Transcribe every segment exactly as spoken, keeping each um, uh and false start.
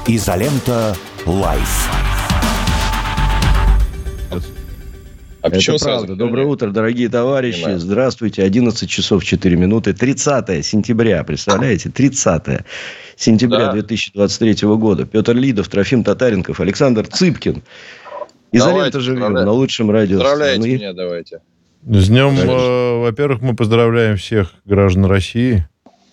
Изолента Лайф. А это правда. Доброе утро, дорогие товарищи. Понимаю. Здравствуйте. одиннадцать часов четыре минуты. тридцатое сентября. Представляете? тридцатое сентября да. две тысячи двадцать третьего года. Петр Лидов, Трофим Татаренков, Александр Цыпкин. Изолента живем на лучшем радио Поздравляйте страны. Меня, давайте. С днем, э, во-первых, мы поздравляем всех граждан России.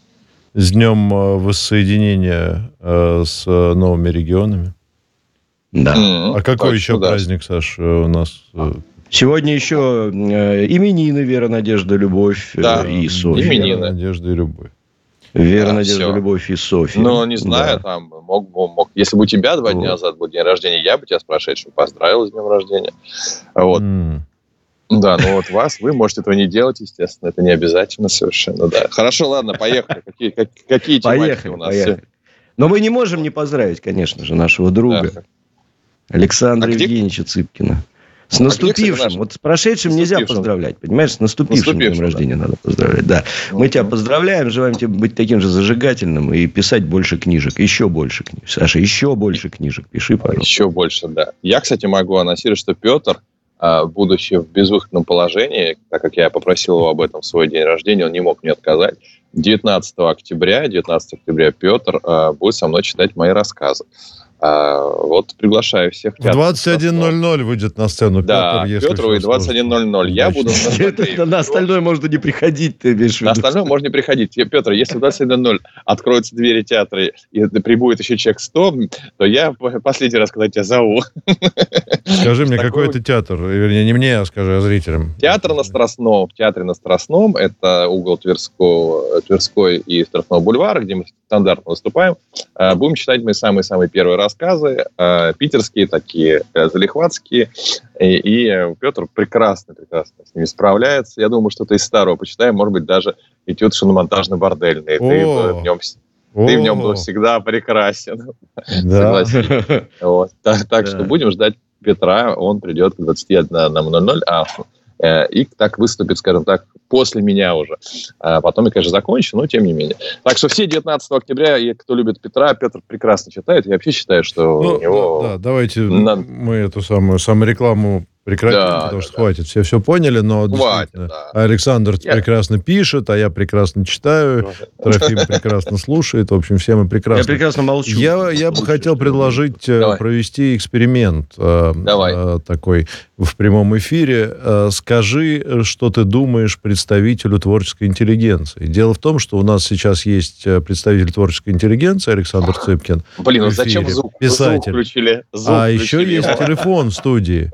С днем э, воссоединения э, с э, новыми регионами. Да. Mm-hmm. А какой еще да. праздник, Саш, у нас... Сегодня еще э, именины Вера, Надежда, Любовь да. э, и Софья. Именины. Вера, Надежда и Любовь. Вера, да, Надежда, все. Любовь и Софья. Ну, не знаю, да. там, мог, мог. Если бы у тебя два вот. дня назад был день рождения, я бы тебя с прошедшим поздравил с днем рождения. Вот. Mm. Да, ну вот вас, вы можете этого не делать, естественно, это не обязательно совершенно, да. Хорошо, ладно, поехали. Какие, как, какие тематики у нас? Поехали. Но мы не можем не поздравить, конечно же, нашего друга да. Александра а Евгеньевича Цыпкина. С наступившим. А вот с прошедшим с нельзя поздравлять, понимаешь? С наступившим, наступившим днем рождения да. надо поздравлять. Да. Ну, мы тебя поздравляем, желаем тебе быть таким же зажигательным и писать больше книжек. Еще больше книжек. Саша, еще больше книжек. Пиши, пожалуйста. Еще больше, да. Я, кстати, могу анонсировать, что Петр, будучи в безвыходном положении, так как я попросил его об этом в свой день рождения, он не мог мне отказать. девятнадцатого октября Петр будет со мной читать мои рассказы. А, вот приглашаю всех. В двадцать один ноль ноль выйдет на сцену да, Петр. Петр выйдет в двадцать один ноль ноль. Я буду... На остальное можно не приходить, ты имеешь в виду. На остальное можно не приходить. Петр, если в двадцать один ноль ноль откроются двери театра и прибудет еще человек сто, то я последний раз, когда тебя зову. Скажи мне, какой это театр? Вернее, не мне, а скажи, а зрителям. Театр на Страстном. В театре на Страстном. Это угол Тверского, Тверской и Страстного бульвара, где мы стандартно выступаем. Будем читать мои самые-самые первые рассказы. Рассказы э, питерские, такие э, залихватские. И, и Петр прекрасно, прекрасно с ними справляется. Я думаю, что-то из старого почитаем. Может быть, даже этюд шиномонтажно-бордельный. Ты в нем, ты в нем был всегда прекрасен. Да. Согласись. Вот. Так, так да. что будем ждать Петра. Он придет к двадцати одному ноль ноль. А и так выступит, скажем так, после меня уже. А потом я, конечно, закончу, но тем не менее. Так что все девятнадцатого октября, и кто любит Петра, Петр прекрасно читает. Я вообще считаю, что ну, у него... Да, да, давайте надо... мы эту самую саморекламу прекратим, да, потому да, что да. хватит. Все все поняли, но хватит, да. Александр я... прекрасно пишет, а я прекрасно читаю, Трофим прекрасно слушает. В общем, все мы прекрасно... Я прекрасно молчу. Я, я бы хотел предложить Давай. провести эксперимент Давай. такой в прямом эфире. Скажи, что ты думаешь представителю творческой интеллигенции. Дело в том, что у нас сейчас есть представитель творческой интеллигенции Александр Цыпкин. Блин, ну зачем звук, писатель. звук включили? Звук а включили. Еще есть телефон в студии.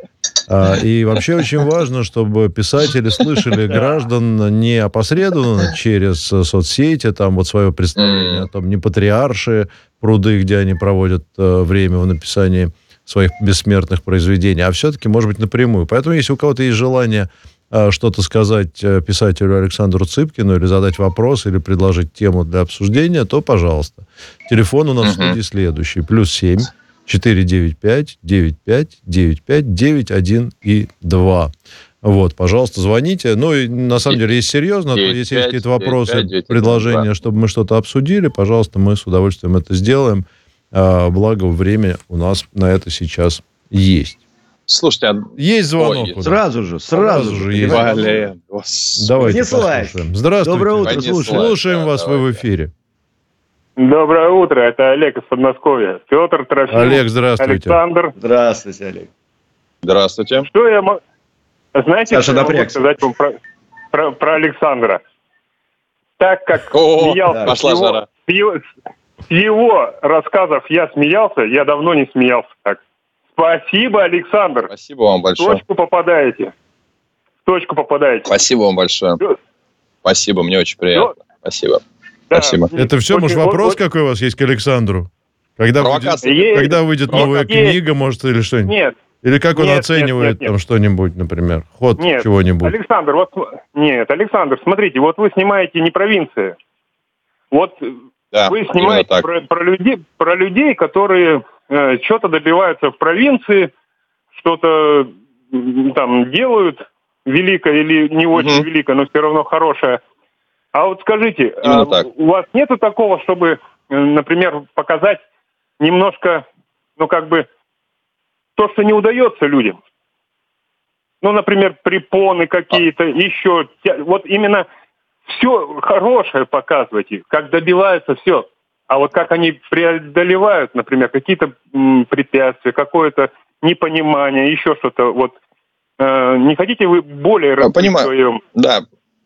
И вообще очень важно, чтобы писатели слышали граждан не опосредованно через соцсети, там вот свое представление о том, не патриаршие пруды, где они проводят время в написании своих бессмертных произведений, а все-таки, может быть, напрямую. Поэтому, если у кого-то есть желание что-то сказать писателю Александру Цыпкину или задать вопрос, или предложить тему для обсуждения, то, пожалуйста. Телефон у нас uh-huh. в студии следующий. Плюс семь четыре девять пять девять пять девять пять девять один и два. Вот, пожалуйста, звоните. Ну, и на самом деле, если серьезно, то если есть какие-то вопросы, предложения, чтобы мы что-то обсудили, пожалуйста, мы с удовольствием это сделаем. Благо, время у нас на это сейчас есть. Слушайте, а... есть звонок. Ой, сразу же, сразу, сразу же есть. Блин, давайте послушаем. Здравствуйте. Доброе утро, слушаем. Слушаем вас, да, вы в эфире. Доброе утро, это Олег из Подмосковья. Петр, Трофим, Олег, здравствуйте. Александр. Здравствуйте, Олег. Здравствуйте. Что я могу... Знаете, Саша, что я могу сказать вам про, про, про Александра? Так как О, смеялся да, с, его, с, его, с его рассказов я смеялся, я давно не смеялся так. Спасибо, Александр. Спасибо вам большое. В точку попадаете. В точку попадаете. Спасибо вам большое. Все. Спасибо, мне очень приятно. Все. Спасибо. Да. Спасибо. Это все, может, вопрос вот, какой у вас есть к Александру? Когда выйдет, когда выйдет новая есть. книга, может, или что-нибудь? Нет. Или как он нет, оценивает нет, нет, там нет. что-нибудь, например, ход нет. чего-нибудь? Александр, вот нет, Александр, смотрите, вот вы снимаете не провинции. Вот да, вы снимаете про, про людей, про людей, которые э, что-то добиваются в провинции, что-то там делают великое или не очень угу. великое, но все равно хорошее. А вот скажите, а у вас нету такого, чтобы, например, показать немножко, ну, как бы, то, что не удается людям. Ну, например, препоны какие-то, еще. Вот именно все хорошее показывайте, как добиваются все. А вот как они преодолевают, например, какие-то м, препятствия, какое-то непонимание, еще что-то. Вот э, не хотите вы более раскрыть в своем... Да.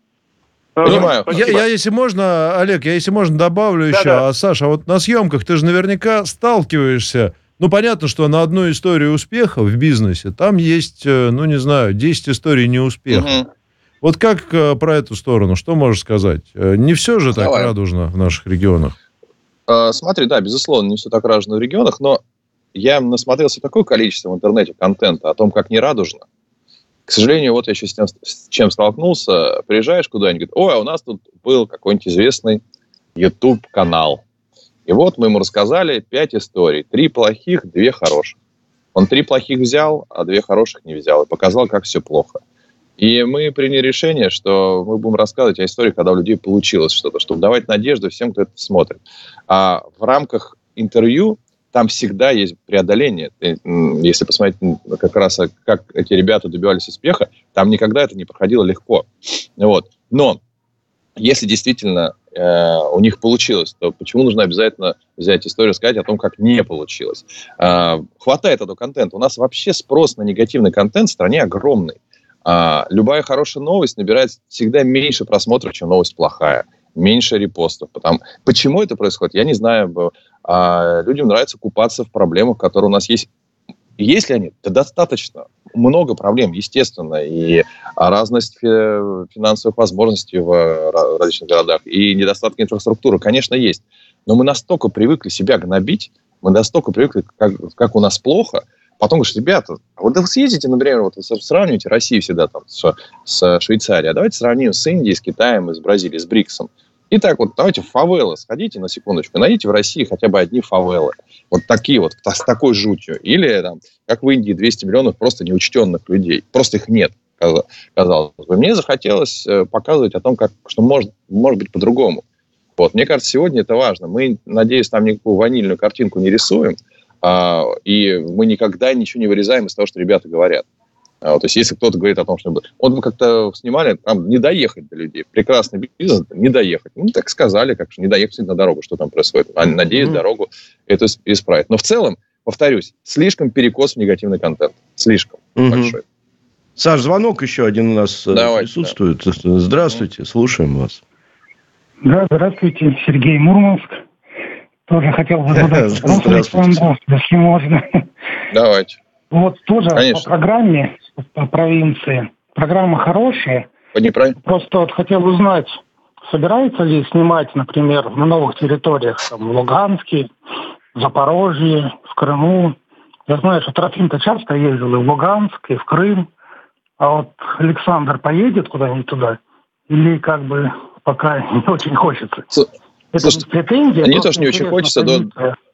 Понимаю. Я, я, если можно, Олег, я, если можно, добавлю еще. Да-да. А, Саша, вот на съемках ты же наверняка сталкиваешься. Ну, понятно, что на одну историю успеха в бизнесе там есть, ну, не знаю, десять историй неуспеха. Угу. Вот как про эту сторону? Что можешь сказать? Не все же так Давай. радужно в наших регионах. А, смотри, да, безусловно, не все так радужно в регионах, но я насмотрелся такое количество в интернете контента о том, как не радужно. К сожалению, вот я еще с, тем, с чем столкнулся. Приезжаешь куда-нибудь, говорит, ой, а у нас тут был какой-нибудь известный YouTube-канал. И вот мы ему рассказали пять историй. Три плохих, две хороших. Он три плохих взял, а две хороших не взял. И показал, как все плохо. И мы приняли решение, что мы будем рассказывать о истории, когда у людей получилось что-то, чтобы давать надежду всем, кто это смотрит. А в рамках интервью там всегда есть преодоление. Если посмотреть как раз, как эти ребята добивались успеха, там никогда это не проходило легко. Вот. Но если действительно э, у них получилось, то почему нужно обязательно взять историю и сказать о том, как не получилось? Э, хватает этого контента. У нас вообще спрос на негативный контент в стране огромный. Э, любая хорошая новость набирает всегда меньше просмотров, чем новость плохая. Меньше репостов. Потому... Почему это происходит, я не знаю. А людям нравится купаться в проблемах, которые у нас есть. Есть ли они? Да достаточно. Много проблем, естественно. И разность финансовых возможностей в различных городах, и недостаток инфраструктуры, конечно, есть. Но мы настолько привыкли себя гнобить, мы настолько привыкли, как, как у нас плохо. Потом говоришь, ребята, вот вы съездите, например, вот вы сравниваете Россию всегда там с, с Швейцарией, а давайте сравним с Индией, с Китаем, с Бразилией, с БРИКСом. Итак, вот давайте в фавелы сходите на секундочку, найдите в России хотя бы одни фавелы. Вот такие вот, с такой жутью. Или, там, как в Индии, двести миллионов просто неучтенных людей. Просто их нет, казалось бы. Мне захотелось показывать о том, как, что может, может быть по-другому. Вот. Мне кажется, сегодня это важно. Мы, надеюсь, там никакую ванильную картинку не рисуем, а, и мы никогда ничего не вырезаем из того, что ребята говорят. А, то есть, если кто-то говорит о том, что... Вот мы как-то снимали, там, не доехать до людей. Прекрасный бизнес, не доехать. Ну, так сказали, как что не доехать на дорогу, что там происходит. А, надеюсь, mm-hmm. дорогу это исправит. Но в целом, повторюсь, слишком перекос в негативный контент. Слишком mm-hmm. большой. Саш, звонок еще один у нас Давайте, присутствует. Да. Здравствуйте, mm-hmm. слушаем вас. Да, здравствуйте, Сергей, Мурманск. Тоже хотел бы задать вопрос Александру, если можно. Давайте. Вот тоже Конечно. по программе, по провинции. Программа хорошая. Неправильно. Просто вот хотел узнать, собирается ли снимать, например, на новых территориях, там, в Луганске, в Запорожье, в Крыму. Я знаю, что Трофим-то часто ездил и в Луганск, и в Крым. А вот Александр поедет куда-нибудь туда? Или как бы пока не очень хочется? С... Это Слушайте, претензия. Мне тоже не очень хочется. До...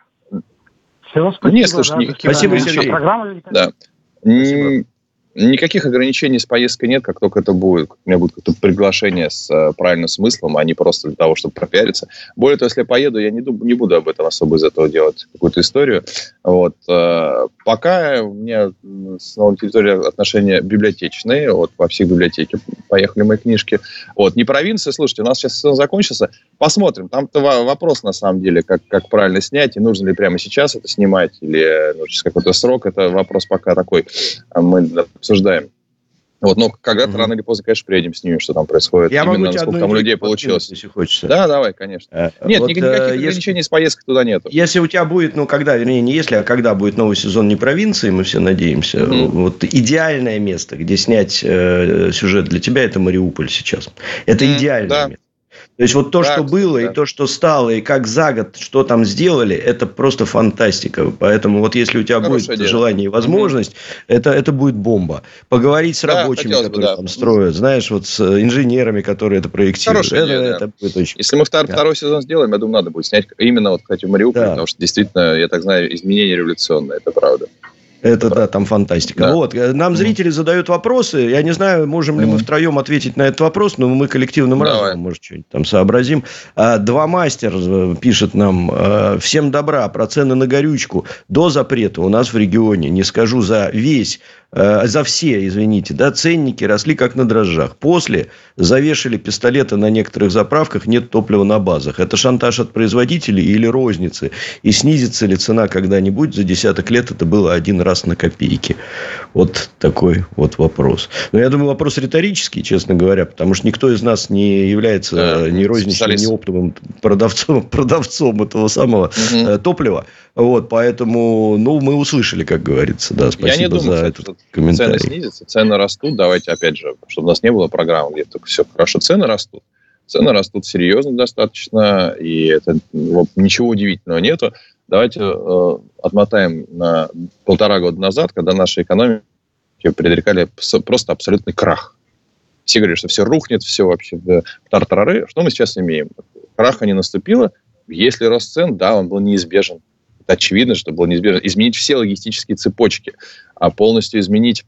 Все, спасибо. Нет, слушай, да, никаких спасибо, Сергей. Да. Спасибо. Никаких ограничений с поездкой нет, как только это будет. У меня будет какое-то приглашение с uh, правильным смыслом, а не просто для того, чтобы пропиариться. Более того, если я поеду, я не, дум- не буду об этом особо из этого делать какую-то историю. Вот. Uh, пока у меня с новой территорией отношения библиотечные. Вот во всех библиотеках поехали мои книжки. Вот. Не провинция, слушайте, у нас сейчас сезон закончился. Посмотрим. Там-то вопрос, на самом деле, как, как правильно снять, и нужно ли прямо сейчас это снимать, или ну, через какой-то срок. Это вопрос пока такой. Мы обсуждаем. Вот, но когда-то mm-hmm. рано или поздно, конечно, приедем, снимем, что там происходит. Я Именно могу насколько там у людей получилось. Если хочется. Да, давай, конечно. А, нет, вот, никаких э, ограничений если, с поездкой туда нету. Если у тебя будет, ну, когда, вернее, не если, а когда будет новый сезон не провинции, мы все надеемся, mm-hmm. вот идеальное место, где снять э, сюжет для тебя, это Мариуполь сейчас. Это mm-hmm. идеальное да. место. То есть, вот то, да, что было, да. и то, что стало, и как за год, что там сделали, это просто фантастика. Поэтому, вот если у тебя Хорошее будет дело. желание и возможность, mm-hmm. это, это будет бомба. Поговорить с да, рабочими, которые бы, да. там строят, знаешь, вот с инженерами, которые это проектируют. Это, идея, это да. будет очень... Если мы втор- да. второй сезон сделаем, я думаю, надо будет снять именно, вот, кстати, в Мариуполе, да. потому что, действительно, я так знаю, изменения революционные, это правда. Это, да, там фантастика. Да. Вот. Нам зрители задают вопросы. Я не знаю, можем ли мы втроем ответить на этот вопрос, но мы коллективным Давай. разумом, может, что-нибудь там сообразим. Два мастер пишет нам. Всем добра. Про цены на горючку до запрета у нас в регионе, не скажу за весь, за все, извините, да, ценники росли как на дрожжах. После завешали пистолеты на некоторых заправках, нет топлива на базах. Это шантаж от производителей или розницы? И снизится ли цена когда-нибудь? За десяток лет это было один раз на копейки. Вот такой вот вопрос. Но я думаю, вопрос риторический, честно говоря, потому что никто из нас не является да, ни розничным, ни оптовым продавцом, продавцом этого самого угу. топлива. Вот, поэтому, ну, мы услышали, как говорится. Да, спасибо я не думаю, за этот комментарий. Цены снизятся, цены растут. Давайте, опять же, чтобы у нас не было программы, где только все хорошо. Цены растут. Цены растут серьезно достаточно, и это ничего удивительного нету. Давайте э, отмотаем на полтора года назад, когда наша экономика предрекали просто абсолютный крах. Все говорили, что все рухнет, все вообще в тартарары. Что мы сейчас имеем? Краха не наступило. Если рост цен, да, он был неизбежен. Это очевидно, что было неизбежно. Изменить все логистические цепочки, а полностью изменить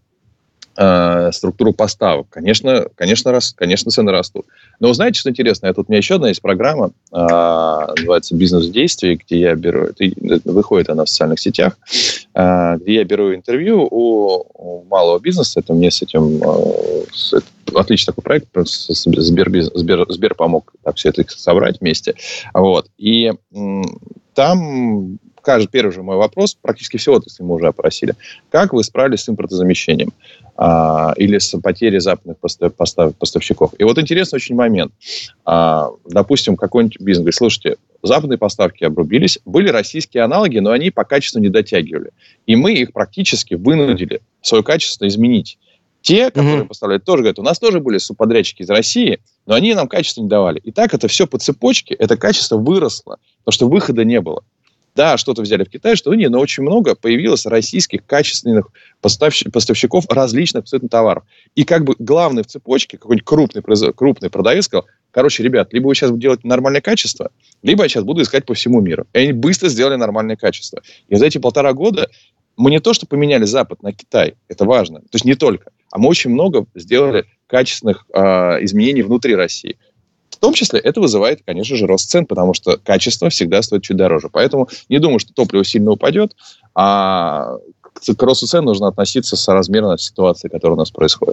э, структуру поставок. Конечно, конечно, рас, конечно, цены растут. Но знаете, что интересно? Это, вот у меня еще одна есть программа, э, называется «Бизнес в действии», где я беру... Это, выходит она в социальных сетях, э, где я беру интервью у, у малого бизнеса. Это мне с этим... Э, с, отличный такой проект. Сбер, Сбер, Сбер помог так, все это собрать вместе. Вот. И э, там... Каждый первый же мой вопрос, практически все отрасли мы уже опросили. Как вы справились с импортозамещением а, или с потерей западных постав, постав, поставщиков? И вот интересный очень момент. А, допустим, какой-нибудь бизнес говорит, слушайте, западные поставки обрубились, были российские аналоги, но они по качеству не дотягивали. И мы их практически вынудили свое качество изменить. Те, которые mm-hmm. поставляют, тоже говорят, у нас тоже были субподрядчики из России, но они нам качество не давали. И так это все по цепочке, это качество выросло, потому что выхода не было. Да, что-то взяли в Китае, что нет, но очень много появилось российских качественных поставщ... поставщиков различных абсолютно товаров. И как бы главный в цепочке, какой-нибудь крупный, крупный продавец сказал, короче, ребят, либо вы сейчас делаете нормальное качество, либо я сейчас буду искать по всему миру. И они быстро сделали нормальное качество. И за эти полтора года мы не то, что поменяли Запад на Китай, это важно, то есть не только, а мы очень много сделали качественных э, изменений внутри России. В том числе это вызывает, конечно же, рост цен, потому что качество всегда стоит чуть дороже. Поэтому не думаю, что топливо сильно упадет, а к росту цен нужно относиться соразмерно от ситуации, которая у нас происходит.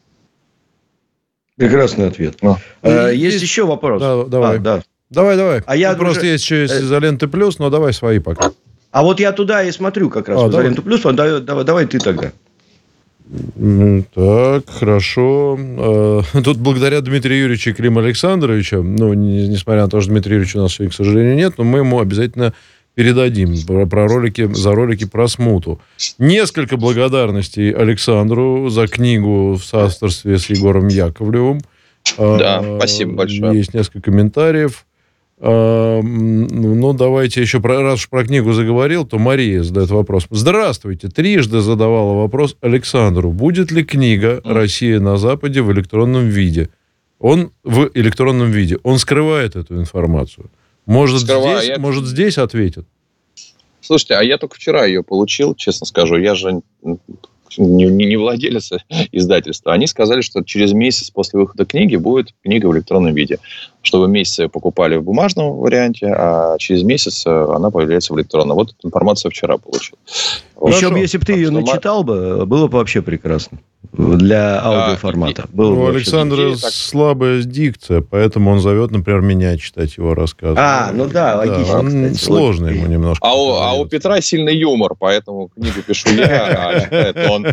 Прекрасный ответ. А. А, есть, есть еще вопрос? Да, давай. А, да. Давай, давай. А я просто уже... есть еще из «Изоленты плюс», но давай свои пока. А вот я туда и смотрю как раз а, в «Изоленту плюс». Давай, давай, давай ты тогда. Так, хорошо. Тут благодаря Дмитрию Юрьевичу и Климу Александровичу, ну, не, несмотря на то, что Дмитрия Юрьевича у нас сегодня, к сожалению, нет, но мы ему обязательно передадим про, про ролики, за ролики про смуту. Несколько благодарностей Александру за книгу в соавторстве с Егором Яковлевым. Да, а, спасибо большое. Есть несколько комментариев. А, ну, давайте еще, про, раз уж про книгу заговорил, то Мария задает вопрос. Здравствуйте. Трижды задавала вопрос Александру. Будет ли книга «Россия на Западе» в электронном виде? Он в электронном виде. Он скрывает эту информацию. Может, Скрываю, здесь, я... может здесь ответит? Слушайте, а я только вчера ее получил, честно скажу. Я же... Не, не владелец издательства, они сказали, что через месяц после выхода книги будет книга в электронном виде. Что вы месяц ее покупали в бумажном варианте, а через месяц она появляется в электронном. Вот эту информацию вчера получил. Еще бы, если бы ты ее начитал бы, было бы вообще прекрасно. Для аудиоформата. Да, было у Александра так... слабая дикция, поэтому он зовет, например, меня читать его рассказ. А, ну да, логично. Да, сложно ему немножко. А у, а у Петра сильный юмор, поэтому книгу пишу я, а читает он.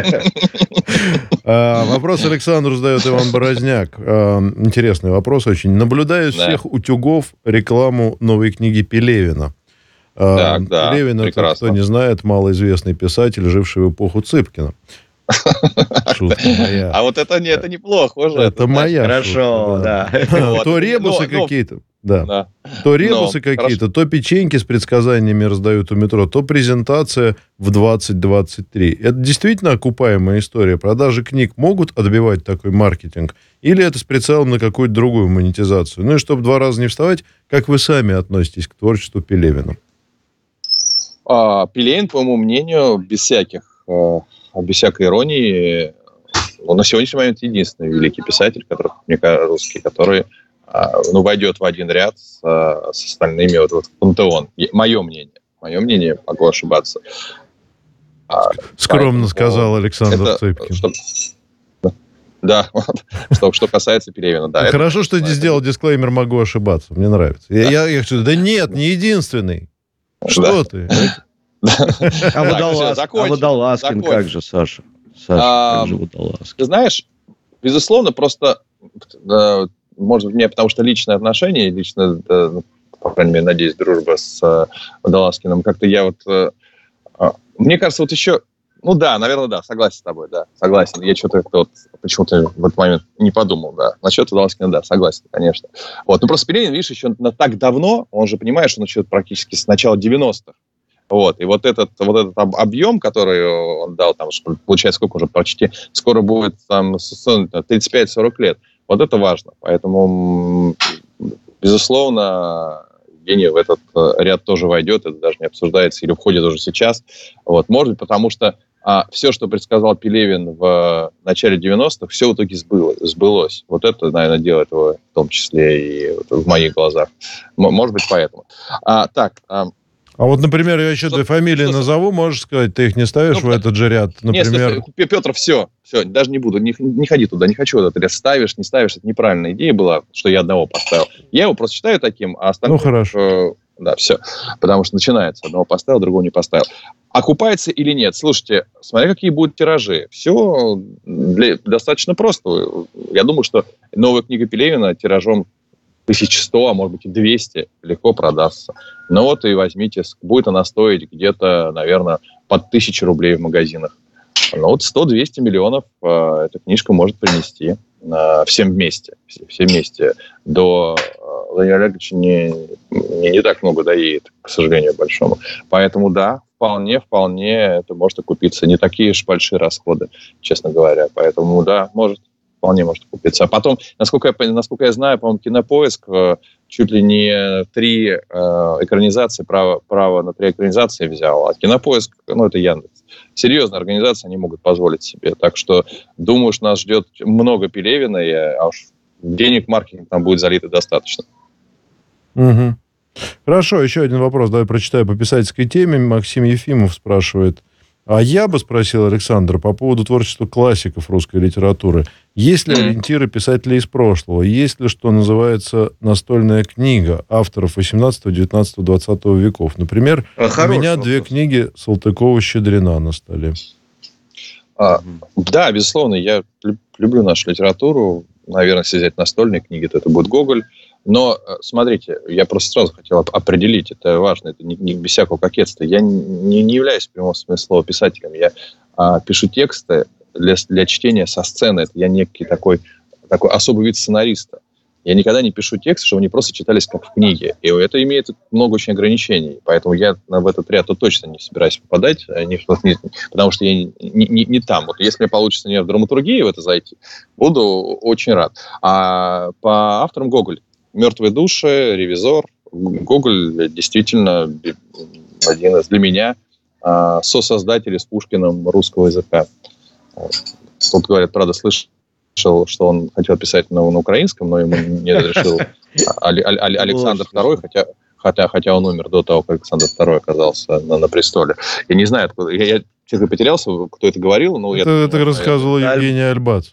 Вопрос Александру задает Иван Борозняк. Интересный вопрос очень. Наблюдаю из всех утюгов рекламу новой книги Пелевина. Так, да, Пелевин, это, кто не знает, малоизвестный писатель, живший в эпоху Цыпкина. Шутка моя. А вот это, не, это неплохо уже. Это, это моя Хорошо, шутка, да. да. Вот. То ребусы но, какие-то. Да. да. То ребусы но, какие-то, хорошо. То печеньки с предсказаниями раздают у метро, то презентация в двадцать двадцать три. Это действительно окупаемая история. Продажи книг могут отбивать такой маркетинг? Или это с прицелом на какую-то другую монетизацию? Ну и чтобы два раза не вставать, как вы сами относитесь к творчеству Пелевина? А, Пелевин, по моему мнению, без всяких, без всякой иронии, он на сегодняшний момент единственный великий писатель, который, мне кажется, русский, который ну, войдет в один ряд с, с остальными вот, вот, в пантеон. Мое мнение. Мое мнение, могу ошибаться. Скромно Поэтому, сказал Александр это, Цыпкин. Что, да, что, что касается Пелевина. Да, Хорошо, это, что ты сделал дисклеймер «могу ошибаться». Мне нравится. Да, я, я, я, да нет, не единственный. Что да. ты? А Водолазкин как же, Саша? Саша, как же Водолазкин? Ты знаешь, безусловно, просто, может быть, мне потому что личные отношения, лично, по крайней мере, надеюсь, дружба с Водолазкиным, как-то я вот... Мне кажется, вот еще... Ну да, наверное, да, согласен с тобой, да, согласен. Я что-то вот, почему-то в этот момент не подумал, да. Насчет Водолазкина, да, согласен, конечно. Вот, ну просто Пелевин, видишь, еще на так давно, он же, понимаешь, он еще практически с начала девяностых. Вот, и вот этот, вот этот объем, который он дал, там, получается, сколько уже, почти скоро будет там тридцать пять сорок лет. Вот это важно. Поэтому, безусловно, Евгений в этот ряд тоже войдет, это даже не обсуждается или входит уже сейчас. Вот, может быть, потому что а, все, что предсказал Пелевин в начале девяностых, все в итоге сбылось. сбылось. Вот это, наверное, делает его в том числе и в моих глазах. Может быть, поэтому. А, так... А, А вот, например, я еще что, две фамилии что, назову, можешь сказать, ты их не ставишь ну, в этот же ряд? Например... Нет, Петр, все, все, даже не буду, не, не ходи туда, не хочу в этот ряд. Ставишь, не ставишь, это неправильная идея была, что я одного поставил. Я его просто считаю таким, а остальное... Ну, хорошо. Э, да, все, потому что начинается, одного поставил, другого не поставил. Окупается или нет? Слушайте, смотри, какие будут тиражи. Все для, достаточно просто. Я думаю, что новая книга Пелевина тиражом тысяча сто, а может быть и двести легко продастся. Ну вот и возьмите, будет она стоить где-то, наверное, под тысячу рублей в магазинах. Ну вот сто-двести миллионов э, эта книжка может принести э, всем вместе. Все, все вместе. До э, Владимира Олеговича не, не, не так много доедет, к сожалению, большому. Поэтому да, вполне, вполне это может окупиться. Не такие уж большие расходы, честно говоря. Поэтому да, может. Вполне может купиться. А потом, насколько я, насколько я знаю, по-моему, Кинопоиск э, чуть ли не три э, экранизации, право, право на три экранизации взял. А Кинопоиск, ну, это Яндекс. Серьезная организация, они могут позволить себе. Так что, думаю, что нас ждет много Пелевина, и, а уж денег в маркетинг там будет залито достаточно. Угу. Хорошо, еще один вопрос. Давай прочитаю по писательской теме. Максим Ефимов спрашивает. А я бы спросил Александра по поводу творчества классиков русской литературы. Есть ли ориентиры писателей из прошлого? Есть ли, что называется, настольная книга авторов восемнадцатого, девятнадцатого, двадцатого веков? Например, а, у меня вопрос. Две книги Салтыкова-Щедрина на столе. А, да, безусловно, я люблю нашу литературу. Наверное, если взять настольные книги, то это будет Гоголь. Но, смотрите, я просто сразу хотел определить, это важно, это не, не без всякого кокетства. Я не, не являюсь, в прямом смысле слова, писателем. Я а, пишу тексты для, для чтения со сцены. Это я некий такой, такой особый вид сценариста. Я никогда не пишу тексты, чтобы они просто читались как в книге. И это имеет много очень ограничений. Поэтому я в этот ряд то точно не собираюсь попадать, потому что я не, не, не там. Вот если мне получится не в драматургии в это зайти, буду очень рад. А по авторам Гоголь. «Мертвые души», «Ревизор». Гоголь действительно один из, для меня, сосоздателей с Пушкиным русского языка. Тут, говорят, правда, слышал, что он хотел писать на, на украинском, но ему не разрешил Александр второй, хотя, хотя, хотя он умер до того, как Александр второй оказался на, на престоле. Я не знаю, откуда, я, я честно потерялся, кто это говорил. Но это я, это я, рассказывала я, Евгения Альбац.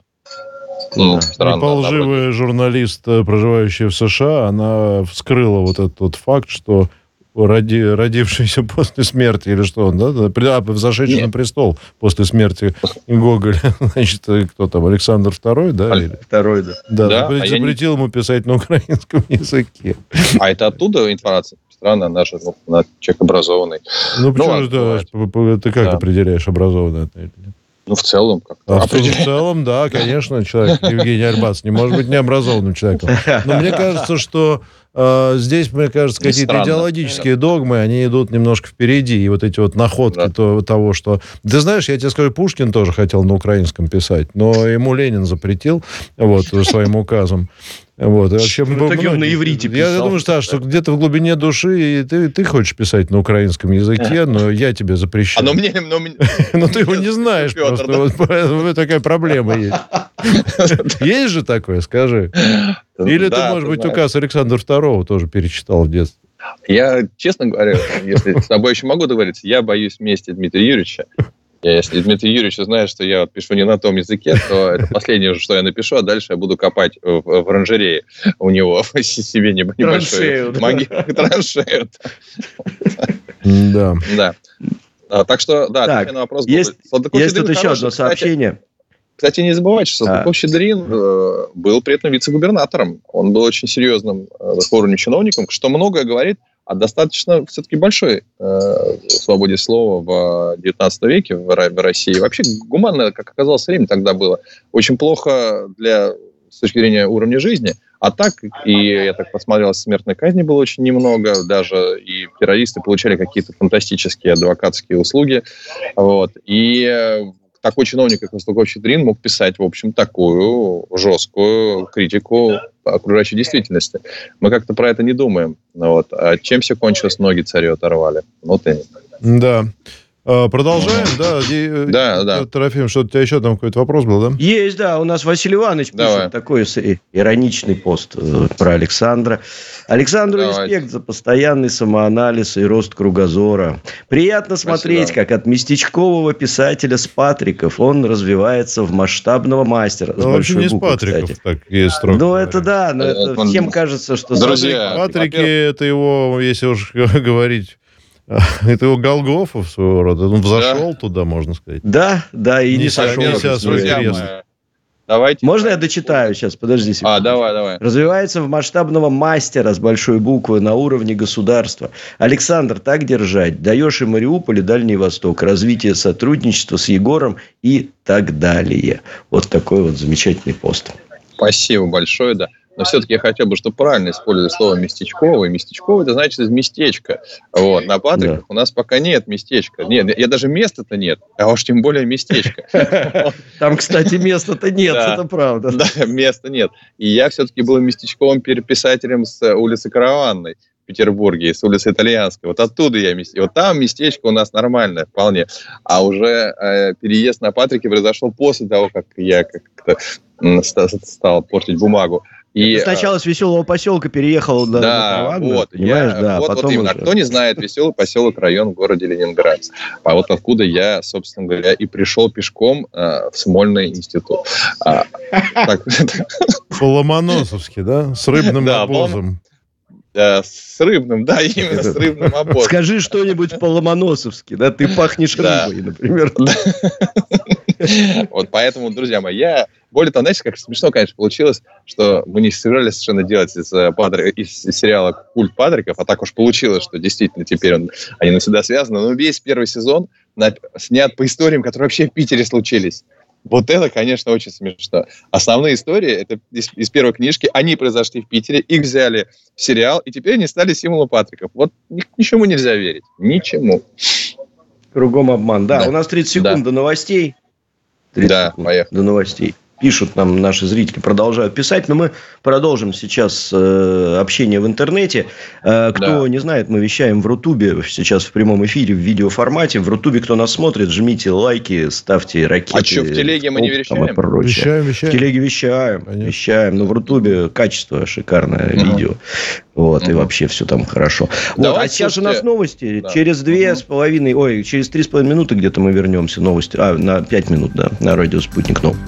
Ну, странно, Неполживая да, журналист, проживающая в США, она вскрыла вот этот вот факт, что роди, родившийся после смерти, или что он, да, взошедший Нет. на престол после смерти Гоголя, значит, кто там, Александр второй, да? Или? Второй, да. Да, да а запретил не... ему писать на украинском языке. А это оттуда информация? Странно, она же ну, она человек образованный. Ну, почему ну, же, да, ты как да. определяешь, образованный это или нет? Ну, в целом, как-то. А в, в целом, да, конечно, человек, Евгений Альбац, не может быть необразованным человеком. Но мне кажется, что э, здесь, мне кажется, какие-то странно. идеологические догмы, они идут немножко впереди. И вот эти вот находки да. то, того, что... Ты знаешь, я тебе скажу, Пушкин тоже хотел на украинском писать, но ему Ленин запретил вот, своим указом. Вот, и вообще, в итоге он на иврите писал. Я думаю, что, что где-то в глубине души ты, ты хочешь писать на украинском языке, но я тебе запрещаю. А но мне... Но, но ты его не знаешь, Петр, просто. Да? Вот такая проблема есть. Есть же такое, скажи. Или ты, может быть, указ Александра Второго тоже перечитал в детстве. Я, честно говоря, если с тобой еще могу договориться, я боюсь мести Дмитрия Юрьевича. Я, если Дмитрий Юрьевич знает, что я вот пишу не на том языке, то это последнее, что я напишу, а дальше я буду копать в, в оранжерее у него себе небольшую траншею. Да. Да. А, так что, да, так, на вопрос есть, есть тут еще одно сообщение. Кстати, не забывайте, что Салтыков-Щедрин э, был при этом вице-губернатором. Он был очень серьезным э, уровнем чиновником, что многое говорит о достаточно все-таки большой э, свободе слова в девятнадцатом веке в, в России. Вообще гуманно, как оказалось, время тогда было очень плохо для, с точки зрения уровня жизни. А так, и я так посмотрел, смертной казни было очень немного, даже и террористы получали какие-то фантастические адвокатские услуги. Вот. И э, такой чиновник, как Салтыков-Щедрин, мог писать, в общем, такую жесткую критику окружающей действительности. Мы как-то про это не думаем. Вот. А чем все кончилось, ноги царю оторвали. Вот именно. Да. Продолжаем, да? Да, да. Трофим, что у тебя еще там какой-то вопрос был, да? Есть, да. У нас Василий Иванович Давай. пишет такой ироничный пост про Александра. Александру Давай. респект за постоянный самоанализ и рост кругозора. Приятно смотреть, Спасибо. как от местечкового писателя с Патриков он развивается в масштабного мастера. Ну, вообще не буквы, с Патриков, кстати. так есть строго. Ну, это да, но это он... всем кажется, что... Друзья, Патрики, это его, если уж говорить... Это его Голгофа, своего рода. Он взошел да. туда, можно сказать. Да, да, и не, не сошел. Давайте. Можно я дочитаю сейчас? Подожди секунду. А, давай, давай. Развивается в масштабного мастера с большой буквы на уровне государства. Александр, так держать. Даешь и Мариуполь, и Дальний Восток. Развитие сотрудничества с Егором и так далее. Вот такой вот замечательный пост. Спасибо большое, да. Но все-таки я хотел бы, чтобы правильно использовать слово «местечковый». Местечковый – это значит из местечка. Вот. На Патриках да. у нас пока нет местечка. Нет, я даже места-то нет, а уж тем более местечко. Там, кстати, места-то нет, это правда. Да, места нет. И я все-таки был местечковым писателем с улицы Караванной в Петербурге, с улицы Итальянской. Вот оттуда я местечко. Вот там местечко у нас нормальное вполне. А уже переезд на Патрике произошел после того, как я как-то стал портить бумагу. И, Ты сначала с веселого поселка переехал на Да, вот, я, да, вот, потом вот именно. Уже... Кто не знает, веселый поселок, район в городе Ленинград. А вот откуда я, собственно говоря, и пришел пешком э, в Смольный институт. По-ломоносовски, да? С рыбным обозом. Да, с рыбным, да, именно с рыбным обозом. Скажи что-нибудь по-ломоносовски, да? Ты пахнешь рыбой, например. Вот поэтому, друзья мои, я... Более того, знаете, как смешно, конечно, получилось, что мы не собирались совершенно делать из, из сериала «Культ Патриков», а так уж получилось, что действительно теперь он, они навсегда связаны. Но весь первый сезон снят по историям, которые вообще в Питере случились. Вот это, конечно, очень смешно. Основные истории, это из, из первой книжки, они произошли в Питере, их взяли в сериал, и теперь они стали символом Патриков. Вот ничему нельзя верить. Ничему. Кругом обман. Да, да. У нас тридцать секунд да. до новостей. Да, поехали. До новостей. Пишут нам наши зрители, продолжают писать, но мы продолжим сейчас э, общение в интернете. Э, кто да. не знает, мы вещаем в Рутубе сейчас в прямом эфире в видеоформате. В Рутубе, кто нас смотрит, жмите лайки, ставьте ракеты. А что, в телеге мы не вещаем? Вещаем, вещаем. В телеге вещаем, Понятно. вещаем. Но в Рутубе качество шикарное uh-huh. видео. Вот, uh-huh. и вообще все там хорошо. Вот, а сейчас слушайте. у нас новости. Да. Через две uh-huh. с половиной, ой, через три с половиной минуты где-то мы вернемся. Новости. А, на пять минут, да, на радио «Спутник». Ну.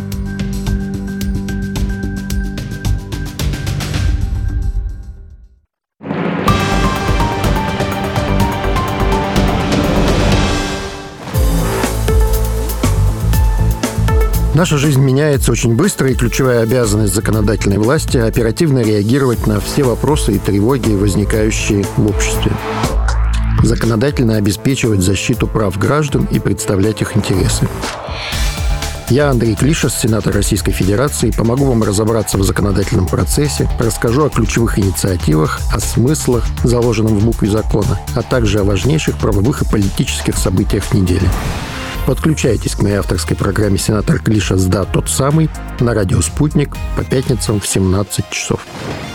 Наша жизнь меняется очень быстро, и ключевая обязанность законодательной власти – оперативно реагировать на все вопросы и тревоги, возникающие в обществе. Законодательно обеспечивать защиту прав граждан и представлять их интересы. Я, Андрей Клишес, сенатор Российской Федерации, помогу вам разобраться в законодательном процессе, расскажу о ключевых инициативах, о смыслах, заложенном в букве закона, а также о важнейших правовых и политических событиях недели. Подключайтесь к моей авторской программе «Сенатор Клишес, да, тот самый» на радио «Спутник» по пятницам в семнадцать часов.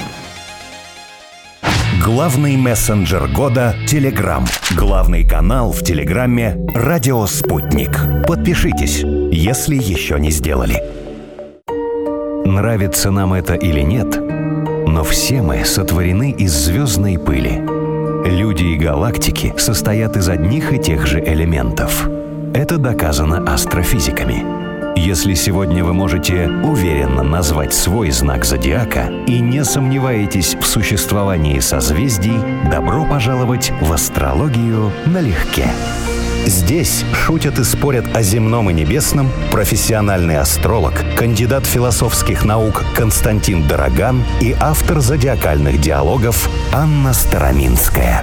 Главный мессенджер года – Telegram. Главный канал в Телеграме – Радио Спутник. Подпишитесь, если еще не сделали. Нравится нам это или нет, но все мы сотворены из звездной пыли. Люди и галактики состоят из одних и тех же элементов. Это доказано астрофизиками. Если сегодня вы можете уверенно назвать свой знак зодиака и не сомневаетесь в существовании созвездий, добро пожаловать в астрологию налегке. Здесь шутят и спорят о земном и небесном профессиональный астролог, кандидат философских наук Константин Дороган и автор зодиакальных диалогов Анна Староминская.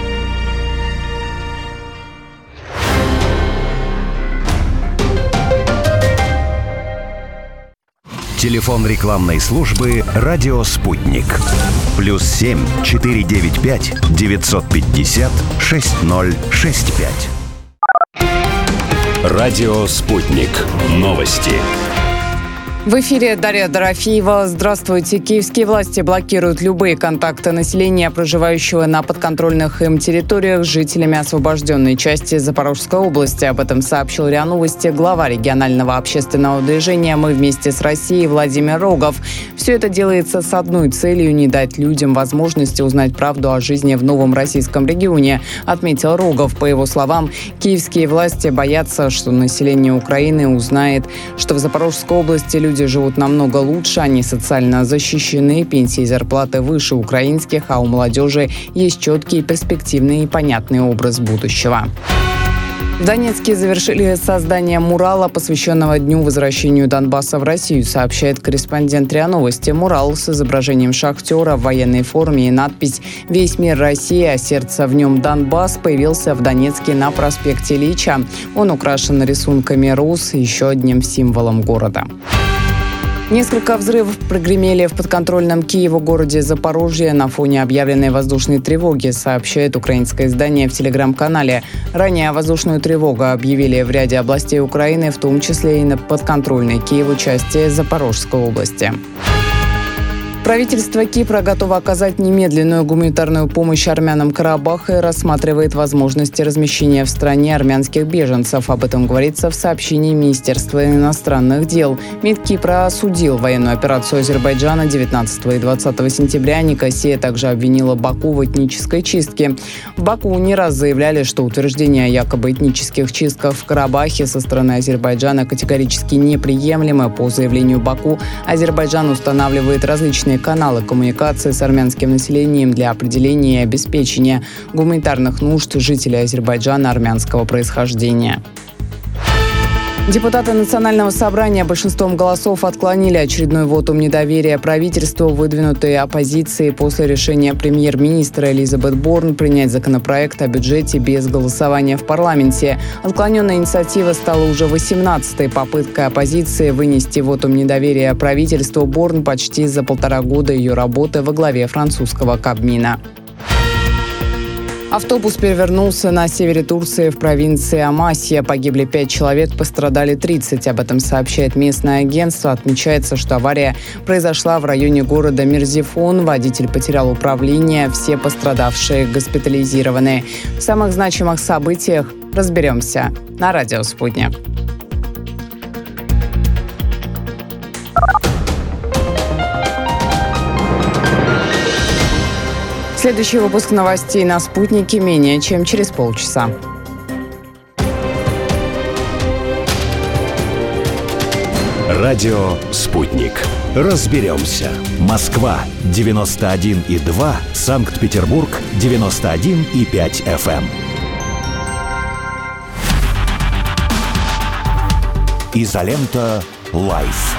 Телефон рекламной службы «Радио Спутник». Плюс семь четыре девять пять девятьсот пятьдесят шесть ноль шесть пять. Радио Спутник. Новости. В эфире Дарья Дорофеева. Здравствуйте. Киевские власти блокируют любые контакты населения, проживающего на подконтрольных им территориях, с жителями освобожденной части Запорожской области. Об этом сообщил РИА Новости глава регионального общественного движения «Мы вместе с Россией» Владимир Рогов. Все это делается с одной целью – не дать людям возможности узнать правду о жизни в новом российском регионе, отметил Рогов. По его словам, киевские власти боятся, что население Украины узнает, что в Запорожской области люди живут намного лучше, они социально защищены, пенсии и зарплаты выше украинских, а у молодежи есть четкий, перспективный и понятный образ будущего. В Донецке завершили создание мурала, посвященного Дню возвращению Донбасса в Россию, сообщает корреспондент РИА Новости. Мурал с изображением шахтера в военной форме и надпись «Весь мир России, а сердце в нем Донбасс» появился в Донецке на проспекте Ильича. Он украшен рисунками роз, еще одним символом города. Несколько взрывов прогремели в подконтрольном Киеву городе Запорожье на фоне объявленной воздушной тревоги, сообщает украинское издание в телеграм-канале. Ранее воздушную тревогу объявили в ряде областей Украины, в том числе и на подконтрольной Киеву части Запорожской области. Правительство Кипра готово оказать немедленную гуманитарную помощь армянам Карабаха и рассматривает возможности размещения в стране армянских беженцев. Об этом говорится в сообщении Министерства иностранных дел. МИД Кипра осудил военную операцию Азербайджана девятнадцатого и двадцатого сентября. Никосия также обвинила Баку в этнической чистке. В Баку не раз заявляли, что утверждения о якобы этнических чистках в Карабахе со стороны Азербайджана категорически неприемлемы. По заявлению Баку, Азербайджан устанавливает различные каналы коммуникации с армянским населением для определения и обеспечения гуманитарных нужд жителей Азербайджана армянского происхождения. Депутаты Национального собрания большинством голосов отклонили очередной вотум недоверия правительству, выдвинутый оппозицией после решения премьер-министра Элизабет Борн принять законопроект о бюджете без голосования в парламенте. Отклоненная инициатива стала уже восемнадцатой попыткой оппозиции вынести вотум недоверия правительству Борн почти за полтора года ее работы во главе французского Кабмина. Автобус перевернулся на севере Турции в провинции Амасия. Погибли пять человек, пострадали тридцать. Об этом сообщает местное агентство. Отмечается, что авария произошла в районе города Мерзифон. Водитель потерял управление. Все пострадавшие госпитализированы. В самых значимых событиях разберемся на радио «Спутник». Следующий выпуск новостей на «Спутнике» менее чем через полчаса. Радио «Спутник». Разберемся. Москва девяносто один и два, Санкт-Петербург девяносто один и пять эф эм. Изолента Лайф.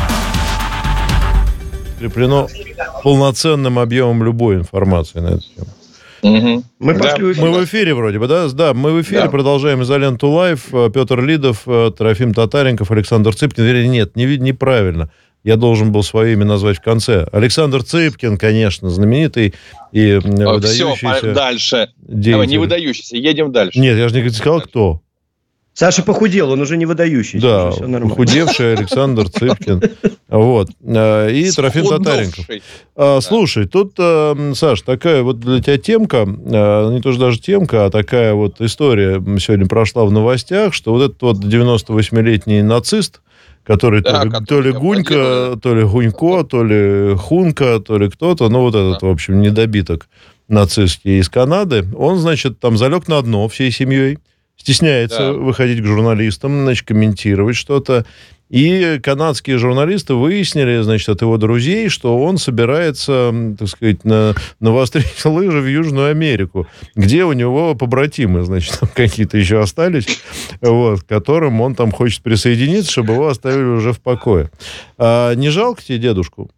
Скреплено полноценным объемом любой информации на эту тему. Угу. Мы, да. пошли мы в эфире вроде бы, да? Да, мы в эфире, да. Продолжаем «Изоленту Лайв». Петр Лидов, Трофим Татаренков, Александр Цыпкин. Вернее, нет, не, неправильно. Я должен был свое имя назвать в конце. Александр Цыпкин, конечно, знаменитый и выдающийся... Все, дальше. Деятель. Давай, не выдающийся, едем дальше. Нет, я же не сказал, кто. Саша похудел, он уже не выдающийся. Да, уже похудевший Александр Цыпкин. Вот. И Трофим Татаренков. Слушай, тут, Саш, такая вот для тебя темка, не то что даже темка, а такая вот история сегодня прошла в новостях, что вот этот вот девяносто восьмилетний нацист, который да, то, ли, то ли Гунька, то ли Гунько, то ли Хунка, то ли кто-то, ну вот этот, да. в общем, недобиток нацистский из Канады, он, значит, там залег на дно всей семьей, стесняется да. выходить к журналистам, значит, комментировать что-то. И канадские журналисты выяснили, значит, от его друзей, что он собирается, так сказать, на, навострить лыжи в Южную Америку, где у него побратимы, значит, там какие-то еще остались, вот, к которым он там хочет присоединиться, чтобы его оставили уже в покое. А не жалко тебе дедушку?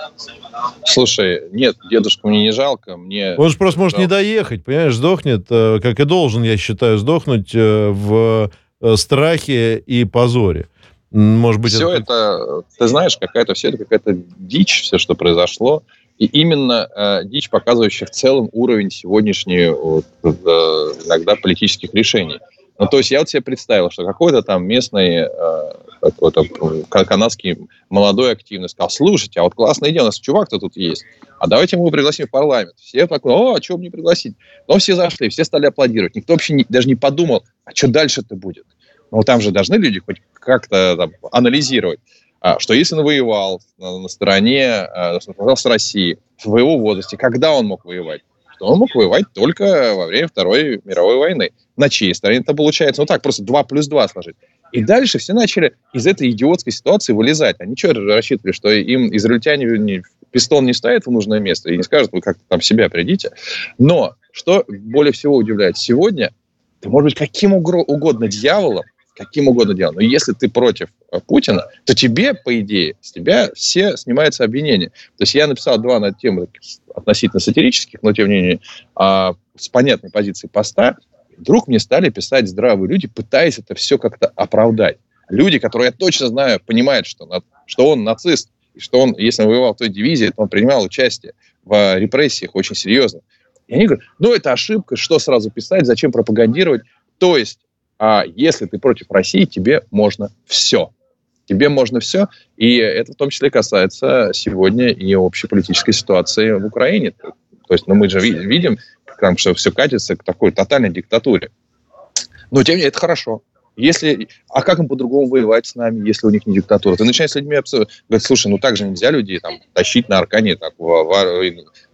Слушай, нет, дедушку мне не жалко. Мне он же просто может не доехать, понимаешь, сдохнет, как и должен, я считаю, сдохнуть в страхе и позоре. Может быть, все это... это, ты знаешь, какая-то все это какая-то дичь, все, что произошло. И именно э, дичь, показывающая в целом уровень сегодняшних вот, э, иногда политических решений. Ну, то есть я вот себе представил, что какой-то там местный э, какой-то канадский молодой активный сказал: слушайте, а вот классная идея, у нас чувак-то тут есть, а давайте мы его пригласим в парламент. Все такой: о, а чего бы не пригласить? Но все зашли, все стали аплодировать. Никто вообще не, даже не подумал, а что дальше-то будет. Ну, там же должны люди хоть как-то там анализировать, а, что если он воевал на, на стороне а, с Россией в его возрасте, когда он мог воевать? Что он мог воевать только во время Второй мировой войны. На чьей стороне это получается? Ну так, просто два плюс два сложить. И дальше все начали из этой идиотской ситуации вылезать. Они что, рассчитывали, что им израильтяне пистон не ставят в нужное место и не скажут: вы как-то там себя придите. Но что более всего удивляет, сегодня ты можешь быть каким угодно дьяволом, каким угодно делом. Но если ты против Путина, то тебе, по идее, с тебя все снимаются обвинения. То есть я написал два на тему относительно сатирических, но тем не менее а, с понятной позиции поста. Вдруг мне стали писать здравые люди, пытаясь это все как-то оправдать. Люди, которые, я точно знаю, понимают, что, что он нацист, и что он, если он воевал в той дивизии, то он принимал участие в репрессиях очень серьезно. И они говорят: ну это ошибка, что сразу писать, зачем пропагандировать. То есть а если ты против России, тебе можно все. Тебе можно все. И это в том числе касается сегодня и общей политической ситуации в Украине. То есть, ну, мы же видим, там, что все катится к такой тотальной диктатуре. Но тем не менее, это хорошо. Если, а как им по-другому воевать с нами, если у них не диктатура? Ты начинаешь с людьми говорить: слушай, ну так же нельзя людей там тащить на Аркане, так, в, в,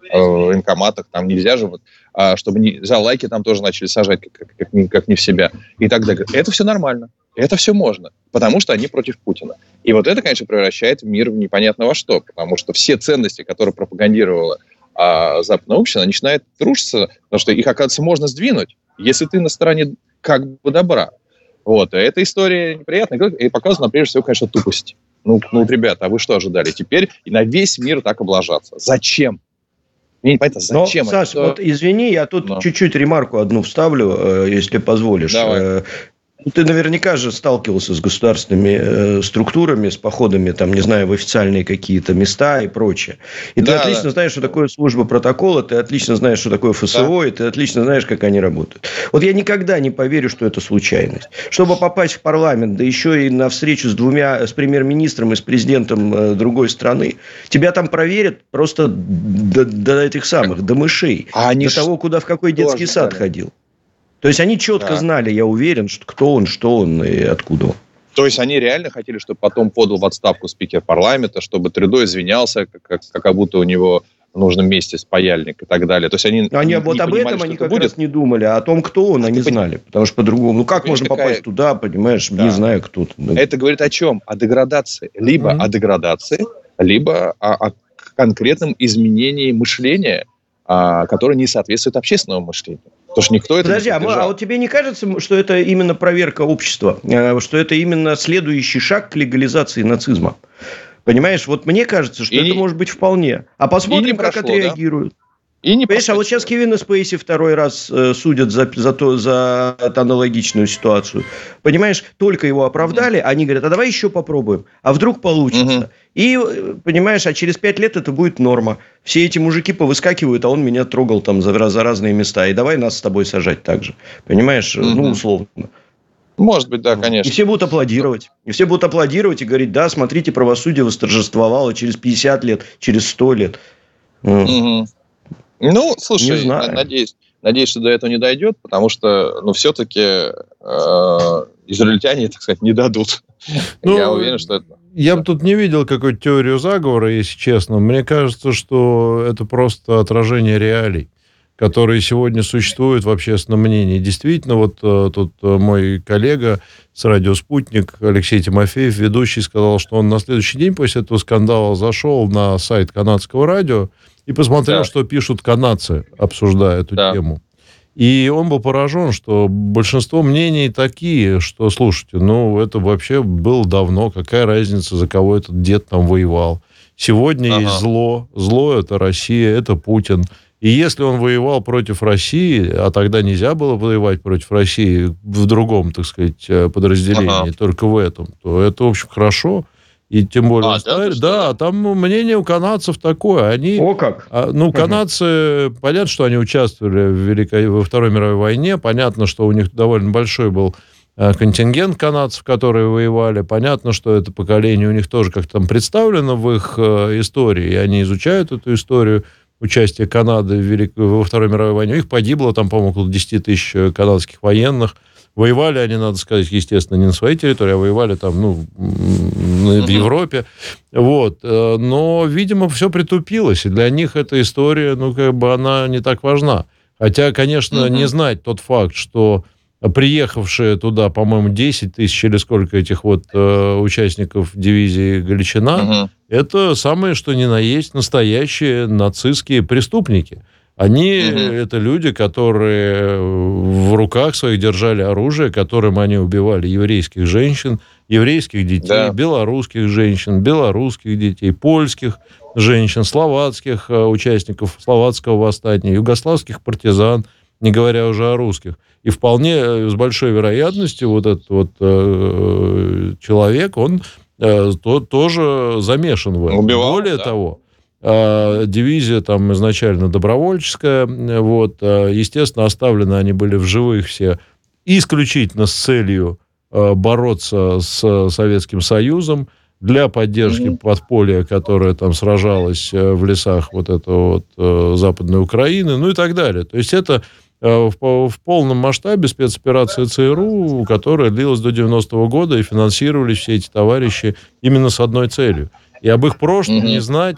в военкоматах, там нельзя же, вот, а, чтобы не, за лайки там тоже начали сажать, как, как, как, как не в себя, и так далее. Это все нормально, это все можно, потому что они против Путина. И вот это, конечно, превращает мир в непонятно во что, потому что все ценности, которые пропагандировала а, западное общество, начинают рушиться, потому что их, оказывается, можно сдвинуть, если ты на стороне как бы добра. Вот, эта история неприятная и показывает, прежде всего, конечно, тупость. Ну, ну, ребята, а вы что ожидали? Теперь и на весь мир так облажаться. Зачем? Мне непонятно, зачем? Но, Саш, что... вот извини, я тут Но. чуть-чуть ремарку одну вставлю, если позволишь. Давай. Ты наверняка же сталкивался с государственными э, структурами, с походами, там, не знаю, в официальные какие-то места и прочее. И да, ты отлично да. знаешь, что такое служба протокола, ты отлично знаешь, что такое ФСО, да. и ты отлично знаешь, как они работают. Вот я никогда не поверю, что это случайность. Чтобы попасть в парламент, да еще и на встречу с двумя, с премьер-министром и с президентом э, другой страны, тебя там проверят просто до, до этих самых, до мышей, а они до того, куда в какой детский сад знали. ходил. То есть они четко да. знали, я уверен, что кто он, что он и откуда он. То есть они реально хотели, чтобы потом подал в отставку спикер парламента, чтобы Трюдо извинялся, как, как будто у него в нужном месте спаяльник и так далее. То есть они, они не, вот не об понимали, этом они как будет. раз не думали, а о том, кто он, они знали. Потому что по-другому, ну как можно какая... попасть туда, понимаешь, да. не зная, кто ты. Это говорит о чем? О деградации. Либо mm-hmm. о деградации, либо о, о конкретном изменении мышления, а, которое не соответствует общественному мышлению. Потому что никто это Подожди, не поддержал. А вот тебе не кажется, что это именно проверка общества? Что это именно следующий шаг к легализации нацизма? Понимаешь, вот мне кажется, что и это не... может быть вполне. А посмотрим, как прошло, отреагируют. Да? И не Понимаешь, а вот сейчас Кевина Спейси второй раз э, судят за, за, то, за аналогичную ситуацию. Понимаешь, только его оправдали, mm-hmm. они говорят: а давай еще попробуем. А вдруг получится. Mm-hmm. И, понимаешь, а через пять лет это будет норма. Все эти мужики повыскакивают, а он меня трогал там за, за разные места. И давай нас с тобой сажать так же. Понимаешь, mm-hmm. ну, условно. Может быть, да, конечно. И все будут аплодировать. И все будут аплодировать и говорить, да, смотрите, правосудие восторжествовало через пятьдесят лет, через сто лет. Угу. Ну, слушай, надеюсь, надеюсь, что до этого не дойдет, потому что, ну, все-таки э, израильтяне, так сказать, не дадут. Ну, я уверен, что это... Я бы тут не видел какой-то теорию заговора, если честно. Мне кажется, что это просто отражение реалий, которые сегодня существуют в общественном мнении. Действительно, вот э, тут мой коллега с радио «Спутник» Алексей Тимофеев, ведущий, сказал, что он на следующий день после этого скандала зашел на сайт канадского радио и посмотрел, да. что пишут канадцы, обсуждая эту да. тему. И он был поражен, что большинство мнений такие, что, слушайте, ну, это вообще было давно, какая разница, за кого этот дед там воевал. Сегодня ага. есть зло, зло – это Россия, это Путин. И если он воевал против России, а тогда нельзя было воевать против России в другом, так сказать, подразделении, ага. только в этом, то это, в общем, хорошо. И тем более... А, да, да, там мнение у канадцев такое. Они, О, как? Ну, канадцы, угу. понятно, что они участвовали в Великой, во Второй мировой войне. Понятно, что у них довольно большой был контингент канадцев, которые воевали. Понятно, что это поколение у них тоже как-то там представлено в их истории. И они изучают эту историю участия Канады в Великой, во Второй мировой войне. У них погибло там, по-моему, около десять тысяч канадских военных. Воевали они, надо сказать, естественно, не на своей территории, а воевали там, ну, в Европе. Вот. Но, видимо, все притупилось. И для них эта история, ну, как бы она не так важна. Хотя, конечно, mm-hmm. не знать тот факт, что приехавшие туда, по-моему, десять тысяч или сколько этих вот э, участников дивизии Галичина, mm-hmm. это самые, что ни на есть, настоящие нацистские преступники. Они, mm-hmm. это люди, которые в руках своих держали оружие, которым они убивали еврейских женщин, еврейских детей, да. белорусских женщин, белорусских детей, польских женщин, словацких участников словацкого восстания, югославских партизан, не говоря уже о русских. И вполне с большой вероятностью вот этот вот э, человек, он э, то, тоже замешан в этом. Убивал, Более да. того, дивизия там изначально добровольческая, вот, естественно, оставлены они были в живых все исключительно с целью бороться с Советским Союзом для поддержки mm-hmm. подполья, которое там сражалось в лесах вот этого вот Западной Украины, ну и так далее. То есть это в, в полном масштабе спецоперация ЦРУ, которая длилась до девяностого года, и финансировались все эти товарищи именно с одной целью. И об их прошлом mm-hmm. не знать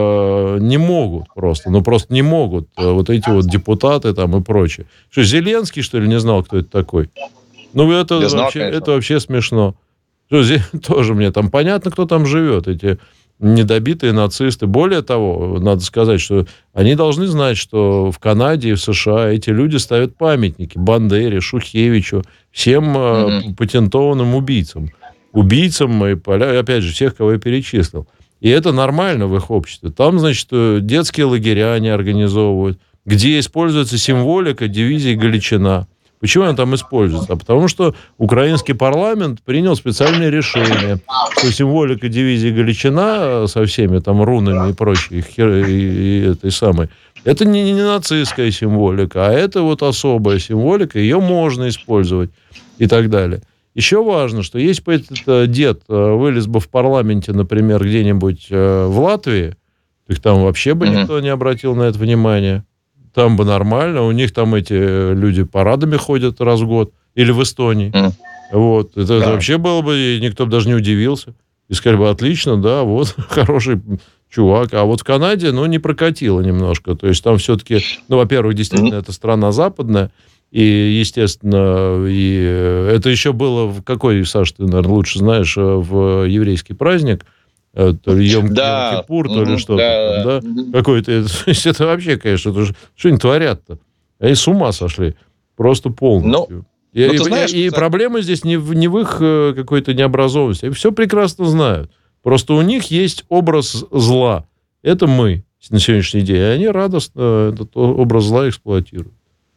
э, не могут просто. Ну, просто не могут э, вот эти вот депутаты там и прочее. Что, Зеленский, что ли, не знал, кто это такой? Ну, это, знал, вообще, это вообще смешно. Что, здесь, тоже мне там понятно, кто там живет, эти недобитые нацисты. Более того, надо сказать, что они должны знать, что в Канаде и в США эти люди ставят памятники Бандере, Шухевичу, всем mm-hmm. э, патентованным убийцам. Убийцам, и, опять же, всех, кого я перечислил. И это нормально в их обществе. Там, значит, детские лагеря они организовывают, где используется символика дивизии Галичина. Почему она там используется? А потому что украинский парламент принял специальное решение, что символика дивизии Галичина со всеми там рунами и прочей, и, и этой самой, это не, не нацистская символика, а это вот особая символика, ее можно использовать и так далее. Еще важно, что если бы этот дед вылез бы в парламенте, например, где-нибудь в Латвии, то там вообще бы mm-hmm. никто не обратил на это внимания. Там бы нормально. У них там эти люди парадами ходят раз в год. Или в Эстонии. Mm-hmm. Вот. Это, да. это вообще было бы, никто бы даже не удивился. И сказали бы, отлично, да, вот, хороший чувак. А вот в Канаде, ну, не прокатило немножко. То есть там все-таки, ну, во-первых, действительно, mm-hmm. это страна западная. И, естественно, и это еще было в какой, Саш, ты, наверное, лучше знаешь, в еврейский праздник, то ли Йом да. Кипур, то mm-hmm. ли что-то да. там, да? Mm-hmm. Какой-то, то есть это вообще, конечно, это, что они творят-то? Они с ума сошли, просто полностью. Ну, и, и, знаешь, и, и проблема здесь не в, не в их какой-то необразованности. Они все прекрасно знают. Просто у них есть образ зла. Это мы на сегодняшний день. И они радостно этот образ зла эксплуатируют.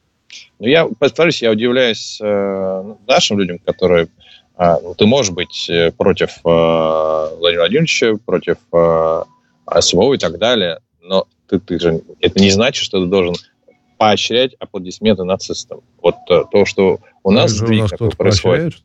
Ну, я, повторюсь, я удивляюсь э, нашим людям, которые... Э, ну, ты можешь быть против э, Владимира Владимировича, против э, СВО и так далее, но ты, ты же, это не значит, что ты должен поощрять аплодисменты нацистам. Вот э, то, что У нас сдвиг такой происходит.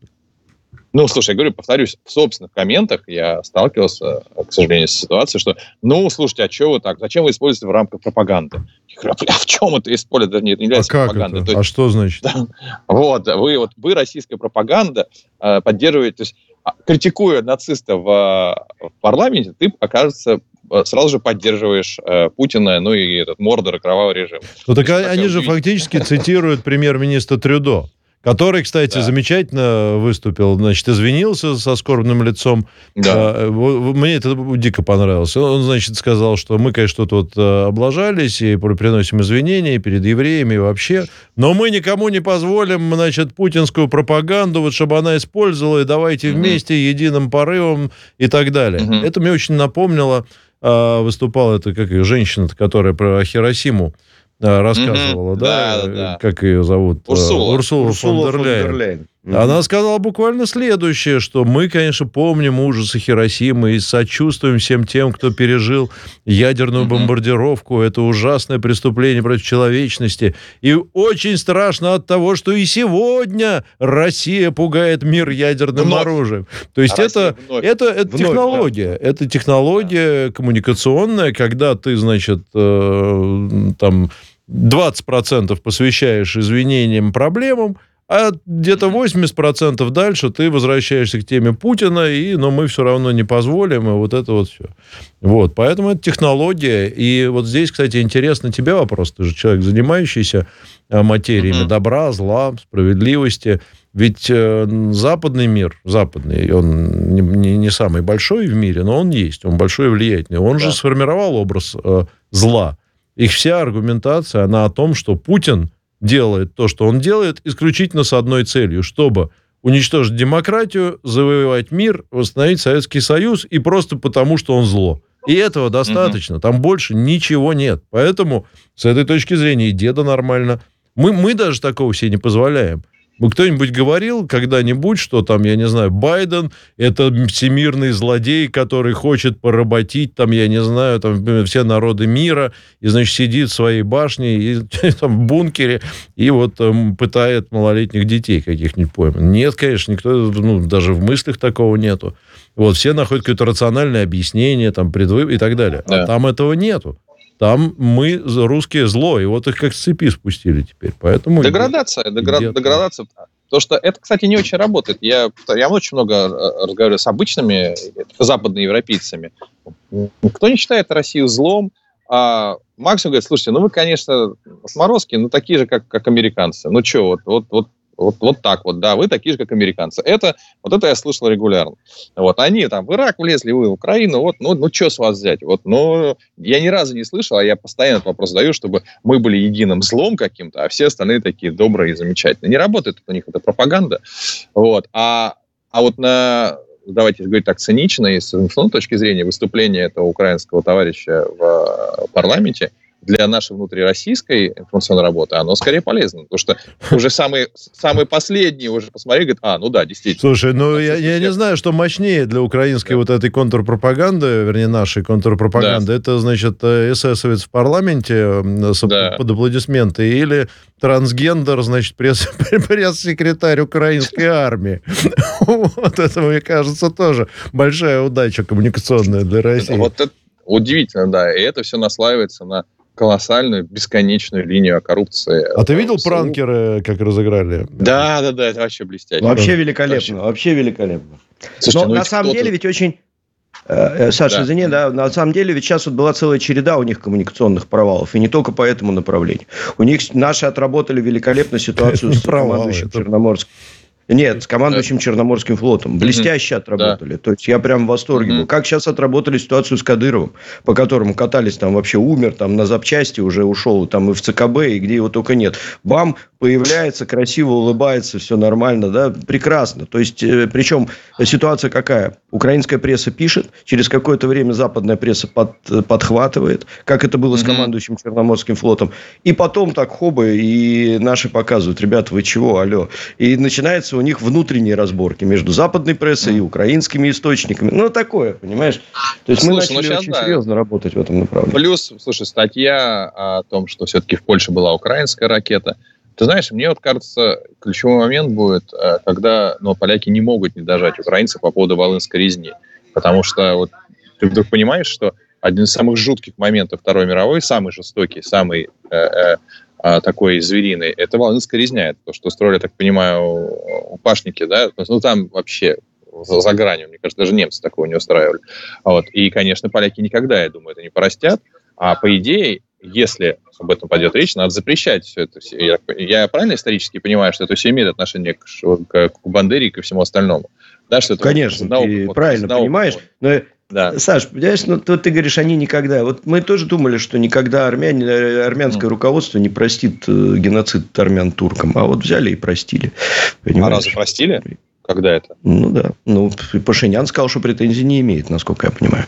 Ну, слушай, я говорю, повторюсь, в собственных комментах я сталкивался, к сожалению, с ситуацией, что, ну, слушайте, а что вы так? Зачем вы используете в рамках пропаганды? Я говорю, а в чем это используете? Это не является а пропагандой. Как это? есть, а что значит? Да, вот, вы, вот, вы, российская пропаганда, э, поддерживаете, то есть, критикуя нацистов в, в парламенте, ты, окажется, сразу же поддерживаешь э, Путина, ну и этот Мордор и кровавый режим. Ну так есть, они же фактически цитируют премьер-министра Трюдо, который, кстати, да. замечательно выступил, значит, извинился со скорбным лицом. Да. Мне это дико понравилось. Он, значит, сказал, что мы, конечно, тут облажались и приносим извинения перед евреями и вообще, но мы никому не позволим, значит, путинскую пропаганду, вот, чтобы она использовала, и давайте вместе, mm-hmm. единым порывом и так далее. Mm-hmm. Это мне очень напомнило, выступала эта как женщина, которая про Хиросиму рассказывала, mm-hmm. да, да, да, как ее зовут? Урсула. Урсула, Урсула фон дер Ляйен. Mm-hmm. Она сказала буквально следующее, что мы, конечно, помним ужасы Хиросимы и сочувствуем всем тем, кто пережил ядерную mm-hmm. бомбардировку. Это ужасное преступление против человечности. И очень страшно от того, что и сегодня Россия пугает мир ядерным вновь. оружием. То есть а это, это, это вновь, технология. Да. Это технология да. коммуникационная, когда ты, значит, э, там двадцать процентов посвящаешь извинениям, проблемам, а где-то восемьдесят процентов дальше ты возвращаешься к теме Путина, и, но мы все равно не позволим, и вот это вот все. Вот, поэтому это технология. И вот здесь, кстати, интересно тебе вопрос. Ты же человек, занимающийся материями mm-hmm. добра, зла, справедливости. Ведь э, западный мир, западный, он не, не, не самый большой в мире, но он есть, он большой и влиятельный. Он да. же сформировал образ э, зла. Их вся аргументация, она о том, что Путин делает то, что он делает, исключительно с одной целью, чтобы уничтожить демократию, завоевать мир, восстановить Советский Союз, и просто потому, что он зло. И этого достаточно. Mm-hmm. Там больше ничего нет. Поэтому, с этой точки зрения, и деда нормально. Мы, мы даже такого себе не позволяем. Кто-нибудь говорил когда-нибудь, что там, я не знаю, Байден — это всемирный злодей, который хочет поработить, там, я не знаю, там, все народы мира, и, значит, сидит в своей башне, и, там, в бункере, и вот там, пытает малолетних детей каких-нибудь пойман. Нет, конечно, никто, ну, даже в мыслях такого нету. Вот, все находят какое-то рациональное объяснение, там, предвыбор и так далее. Да. А там этого нету. Там мы, русские, зло, и вот их как с цепи спустили теперь. Поэтому деградация, дегра... деградация. Потому что это, кстати, не очень работает. Я, я очень много разговариваю с обычными западноевропейцами. Никто не считает Россию злом, а максимум говорит, слушайте, ну вы, конечно, отморозки, но такие же, как, как американцы. Ну что, вот, вот, вот Вот, вот так вот, да, вы такие же, как американцы. Это, вот это я слышал регулярно. Вот, они там в Ирак влезли, вы в Украину, вот, ну, ну что с вас взять? Вот, ну, я ни разу не слышал, а я постоянно этот вопрос задаю, чтобы мы были единым злом каким-то, а все остальные такие добрые и замечательные. Не работает у них эта пропаганда. Вот, а, а вот на, давайте говорить так цинично, и с информационной точки зрения, выступление этого украинского товарища в парламенте для нашей внутрироссийской информационной работы, оно скорее полезно. Потому что уже самые, самые последние уже посмотрели, говорят, а, ну да, действительно. Слушай, ну я, я не знаю, что мощнее для украинской да. вот этой контрпропаганды, вернее, нашей контрпропаганды. Да. Это, значит, эсэсовец в парламенте да. под аплодисменты или трансгендер, значит, пресс, пресс-секретарь украинской армии. Вот это, мне кажется, тоже большая удача коммуникационная для России. Вот это удивительно, да. И это все наслаивается на колоссальную, бесконечную линию о коррупции. А ты видел пранкеры, как разыграли? Да, да, да, это вообще блестяще. Вообще великолепно, вообще, вообще великолепно. Слушайте, но ну, на самом деле ведь очень... Э, Саша, да. извини, да, на самом деле ведь сейчас вот была целая череда у них коммуникационных провалов, и не только по этому направлению. У них наши отработали великолепно ситуацию с командующим Черноморским. Нет, с командующим да. Черноморским флотом. Блестяще mm-hmm. отработали. Да. То есть я прям в восторге mm-hmm. был. Как сейчас отработали ситуацию с Кадыровым, по которому катались, там вообще умер, там на запчасти уже ушел, там и в ЦКБ, и где его только нет. Бам, появляется, красиво улыбается, все нормально, да, прекрасно. То есть, э, причем ситуация какая? Украинская пресса пишет, через какое-то время западная пресса под, подхватывает, как это было mm-hmm. с командующим Черноморским флотом. И потом так хобы, и наши показывают, ребята, вы чего, алло. И начинается у них внутренние разборки между западной прессой и украинскими источниками. Ну, такое, понимаешь? То есть, слушай, мы начали ну, сейчас, очень да. серьезно работать в этом направлении. Плюс, слушай, статья о том, что все-таки в Польше была украинская ракета. Ты знаешь, мне вот кажется, ключевой момент будет, когда ну, поляки не могут не дожать украинцев по поводу Волынской резни. Потому что вот, ты вдруг понимаешь, что один из самых жутких моментов Второй мировой, самый жестокий, самый э, э, такой звериный, это Волынская резня. Это то, что устроили, я так понимаю, упашники, да? Ну, там вообще за, за гранью, мне кажется, даже немцы такого не устраивали. Вот. И, конечно, поляки никогда, я думаю, это не простят. А по идее, если об этом пойдет речь, надо запрещать все это. Я, я правильно исторически понимаю, что это все имеет отношение к, к, к Бандере и ко всему остальному? Да, что это конечно, вот, ты наука, правильно вот, понимаешь. Но, да. Саш, понимаешь, ну, ты, ты говоришь, они никогда... Вот мы тоже думали, что никогда армяне, армянское mm. руководство не простит геноцид армян туркам. А вот взяли и простили. Понимаешь? А разве простили? Когда это? Ну, да. Ну, Пашинян сказал, что претензий не имеет, насколько я понимаю.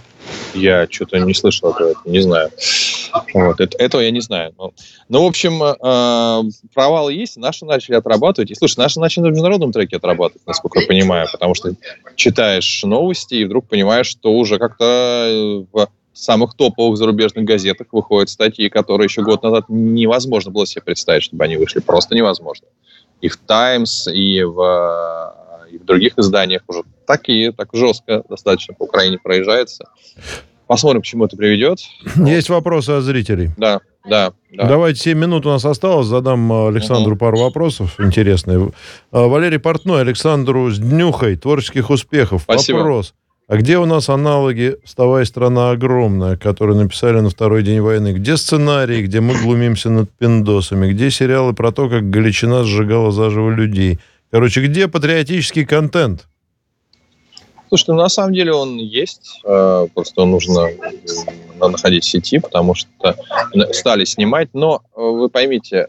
Я что-то не слышал этого, не знаю. Вот, это, этого я не знаю. Ну, ну в общем, э, провалы есть, наши начали отрабатывать. И, слушай, наши начали в международном треке отрабатывать, насколько я понимаю, потому что читаешь новости и вдруг понимаешь, что уже как-то в самых топовых зарубежных газетах выходят статьи, которые еще год назад невозможно было себе представить, чтобы они вышли. Просто невозможно. И в «Таймс», и в... и в других изданиях уже такие, так жестко достаточно по Украине проезжается. Посмотрим, к чему это приведет. Есть вопросы от зрителей? Да, да. да. Давайте, семь минут у нас осталось. Задам Александру uh-huh. пару вопросов интересных. Валерий Портной. Александру с днюхой, творческих успехов. Спасибо. Вопрос. А где у нас аналоги «Вставай, страна огромная», которые написали на второй день войны? Где сценарии, где мы глумимся над пиндосами? Где сериалы про то, как Галичина сжигала заживо людей? Короче, где патриотический контент? Слушай, ну, на самом деле он есть, просто нужно находить в сети, потому что стали снимать. Но вы поймите,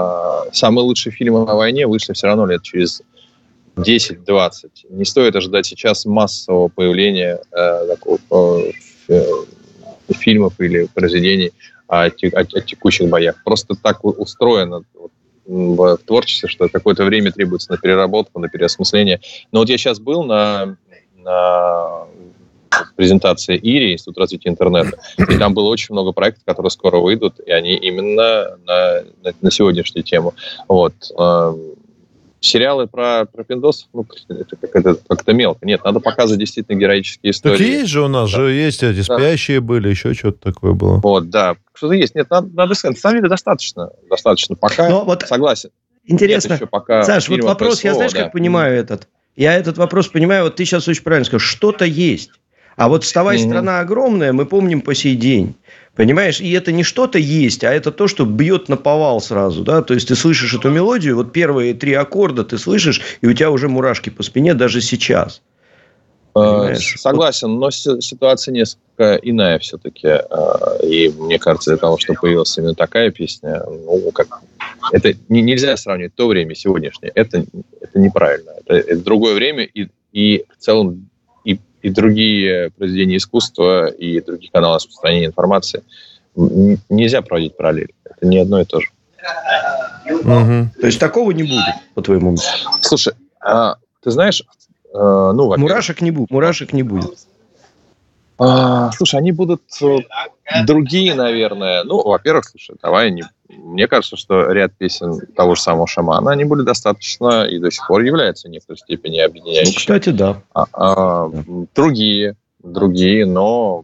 самые лучшие фильмы о войне вышли все равно лет через десять-двадцать. Не стоит ожидать сейчас массового появления такого, фильмов или произведений о, о, о текущих боях. Просто так устроено в творчестве, что какое-то время требуется на переработку, на переосмысление. Но вот я сейчас был на... на презентации ИРИ, Институт развития интернета, и там было очень много проектов, которые скоро выйдут, и они именно на, на, на сегодняшнюю тему. Вот. Сериалы про, про пиндосов, ну, это как-то, как-то мелко. Нет, надо показывать действительно героические истории. Так есть же у нас, да. же есть эти спящие да. были, еще что-то такое было. Вот, да. Что-то есть. Нет, надо, надо сказать, на самом деле достаточно. Достаточно. Пока Но вот согласен. Интересно. Нет, пока Саш, вот вопрос, я знаешь, да. как понимаю этот? Я этот вопрос понимаю, вот ты сейчас очень правильно сказал, что-то есть. А вот «Вставай, mm-hmm. страна огромная» мы помним по сей день. Понимаешь? И это не что-то есть, а это то, что бьет наповал сразу. Да? То есть, ты слышишь эту мелодию, вот первые три аккорда ты слышишь, и у тебя уже мурашки по спине даже сейчас. Понимаешь? Согласен, но ситуация несколько иная все-таки. И мне кажется, для того, что появилась именно такая песня, ну, как... это нельзя сравнивать то время и сегодняшнее. Это, это неправильно. Это, это другое время, и, и в целом и, и другие произведения искусства, и другие каналы распространения информации нельзя проводить параллель. Это не одно и то же. Угу. То есть, такого не будет, по-твоему? Слушай, а, ты знаешь... Uh, ну, мурашек не будет. Мурашек не будет. Uh, слушай, они будут uh, другие, наверное. Ну, во-первых, слушай, давай не... Мне кажется, что ряд песен того же самого Шамана, они были достаточно и до сих пор являются в некоторой степени объединяющими. Ну, кстати, да. А, а, да. Другие, другие, но...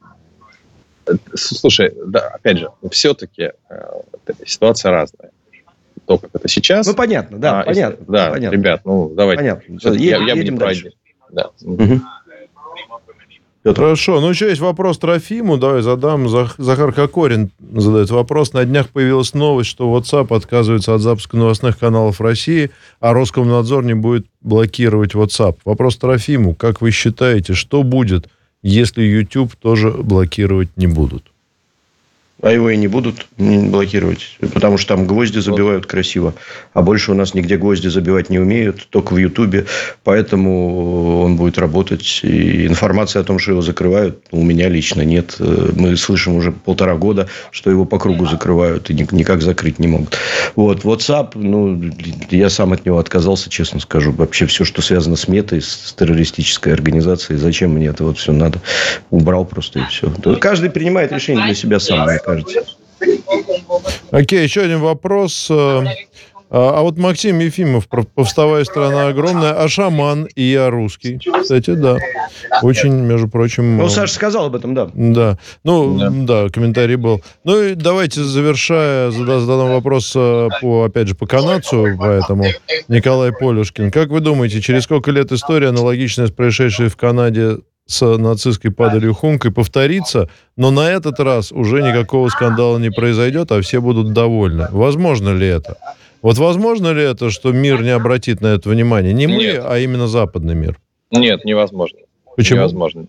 Слушай, да, опять же, все-таки э, ситуация разная. То, как это сейчас. Ну, понятно, да, а, понятно. Если, да, понятно. Ребят, ну, давайте. Понятно. Едем, я, я едем не дальше. Да. Угу. Хорошо, ну еще есть вопрос Трофиму, давай задам. Захар Кокорин задает вопрос. На днях появилась новость, что WhatsApp отказывается от запуска новостных каналов России, а Роскомнадзор не будет блокировать WhatsApp. Вопрос Трофиму. Как вы считаете, что будет, если YouTube тоже блокировать не будут? А его и не будут блокировать, потому что там гвозди забивают красиво. А больше у нас нигде гвозди забивать не умеют, только в Ютубе. Поэтому он будет работать. И информация о том, что его закрывают, у меня лично нет. Мы слышим уже полтора года, что его по кругу закрывают и никак закрыть не могут. Вот. WhatsApp, ну, я сам от него отказался, честно скажу. Вообще все, что связано с метой, с террористической организацией, зачем мне это вот все надо? Убрал просто и все. Каждый принимает решение для себя сам, мне кажется. Окей, еще один вопрос. А, а вот Максим Ефимов, «Повставая страна огромная», а «Шаман» и «Я русский». Кстати, да. Очень, между прочим... Ну, Саша сказал об этом, да. Да. Ну, да, да комментарий был. Ну, и давайте, завершая, задаем вопрос по, опять же, по канадцу, поэтому Николай Полюшкин. Как вы думаете, через сколько лет история, аналогичная с происшедшей в Канаде с нацистской падалью Хункой, повторится, но на этот раз уже никакого скандала не произойдет, а все будут довольны? Возможно ли это? Вот возможно ли это, что мир не обратит на это внимание? Не мы, Нет. а именно западный мир? Нет, невозможно. Почему? Невозможно.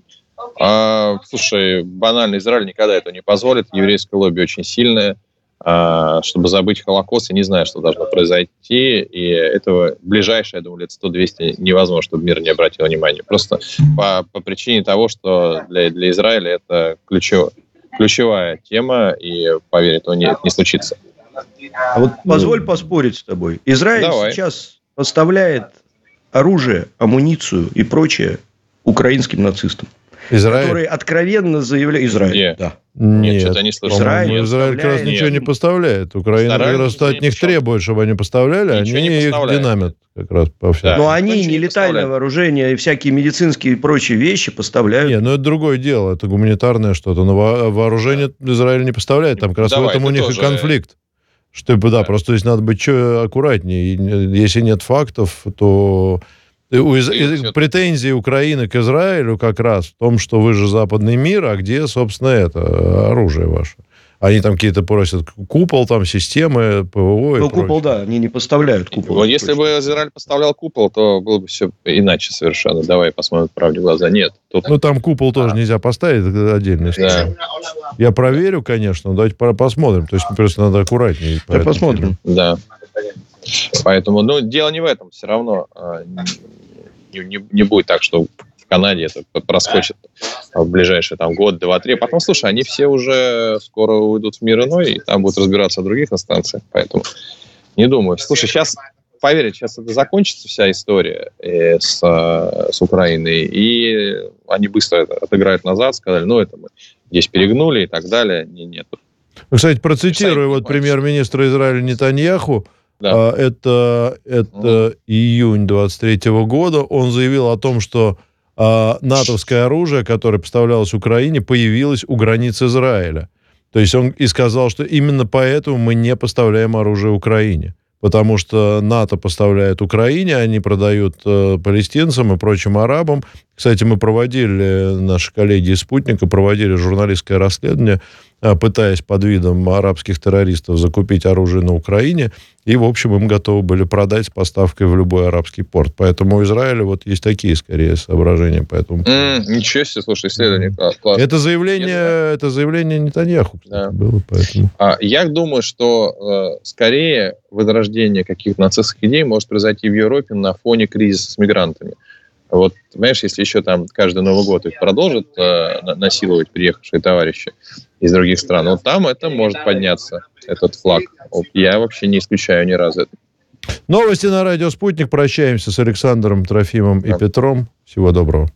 А, слушай, банально, Израиль никогда этого не позволит. Еврейское лобби очень сильное. А, чтобы забыть Холокост, я не знаю, что должно произойти. И этого ближайшее, я думаю, лет сто-двести невозможно, чтобы мир не обратил внимания. Просто по, по причине того, что для, для Израиля это ключев, ключевая тема, и, поверь, этого не, не случится. А вот позволь поспорить с тобой. Израиль Давай. сейчас поставляет оружие, амуницию и прочее украинским нацистам. Израиль? Которые откровенно заявляют... Израиль, Нет. да. Нет, Нет, что-то не слышал. Израиль, Израиль как раз ничего не поставляет. Украина как раз от них требует, чтобы они поставляли, ничего они их динамят как раз по всему. Да. Но они нелетальное вооружение и всякие медицинские и прочие вещи поставляют. Нет, ну это другое дело, это гуманитарное что-то. Но вооружение Израиль не поставляет, там как раз Давай, в этом у них тоже... и конфликт. Что, да, да, просто здесь надо быть чё аккуратнее. Если нет фактов, то... Из, из, претензии Украины к Израилю как раз в том, что вы же западный мир, а где, собственно, это оружие ваше? Они там какие-то просят купол, там системы, ПВО и Ну, прочее. купол, да, они не поставляют купол. Вот если бы Израиль поставлял купол, то было бы все иначе совершенно. Давай посмотрим правде в глаза. Нет. Тут... Ну, там купол тоже нельзя поставить, это отдельная история. Да. Я проверю, конечно, но давайте посмотрим. То есть, просто надо аккуратнее. Да, посмотрим. Да. Поэтому, ну, дело не в этом. Все равно не, не, не будет так, что в Канаде это проскочит в ближайший там, год, два, три. Потом, слушай, они все уже скоро уйдут в мир иной, и там будут разбираться в других инстанциях. Поэтому не думаю. Слушай, сейчас, поверь, сейчас это закончится вся история э, с, э, с Украиной, и они быстро это отыграют назад, сказали, ну, это мы здесь перегнули и так далее. Не, нет. Кстати, процитирую вот премьер-министра Израиля Нетаньяху. Да. Это, это угу. июнь двадцать третьего года. Он заявил о том, что а, натовское оружие, которое поставлялось Украине, появилось у границ Израиля. То есть он и сказал, что именно поэтому мы не поставляем оружие Украине. Потому что НАТО поставляет Украине, они продают э, палестинцам и прочим арабам. Кстати, мы проводили, наши коллеги из «Спутника» проводили журналистское расследование, э, пытаясь под видом арабских террористов закупить оружие на Украине. И, в общем, им готовы были продать с поставкой в любой арабский порт. Поэтому у Израиля вот есть такие, скорее, соображения. Поэтому... Mm, ничего себе, слушай, исследование классно. Это заявление, это заявление Нетаньяху, кстати, да. было. Поэтому... А, я думаю, что э, скорее возрождение каких-то нацистских идей может произойти в Европе на фоне кризиса с мигрантами. Вот, понимаешь, если еще там каждый Новый год их продолжат э, насиловать приехавшие товарищи из других стран, вот там это может подняться, этот флаг. Вот, я вообще не исключаю ни разу это. Новости на радио «Спутник». Прощаемся с Александром, Трофимом да. и Петром. Всего доброго.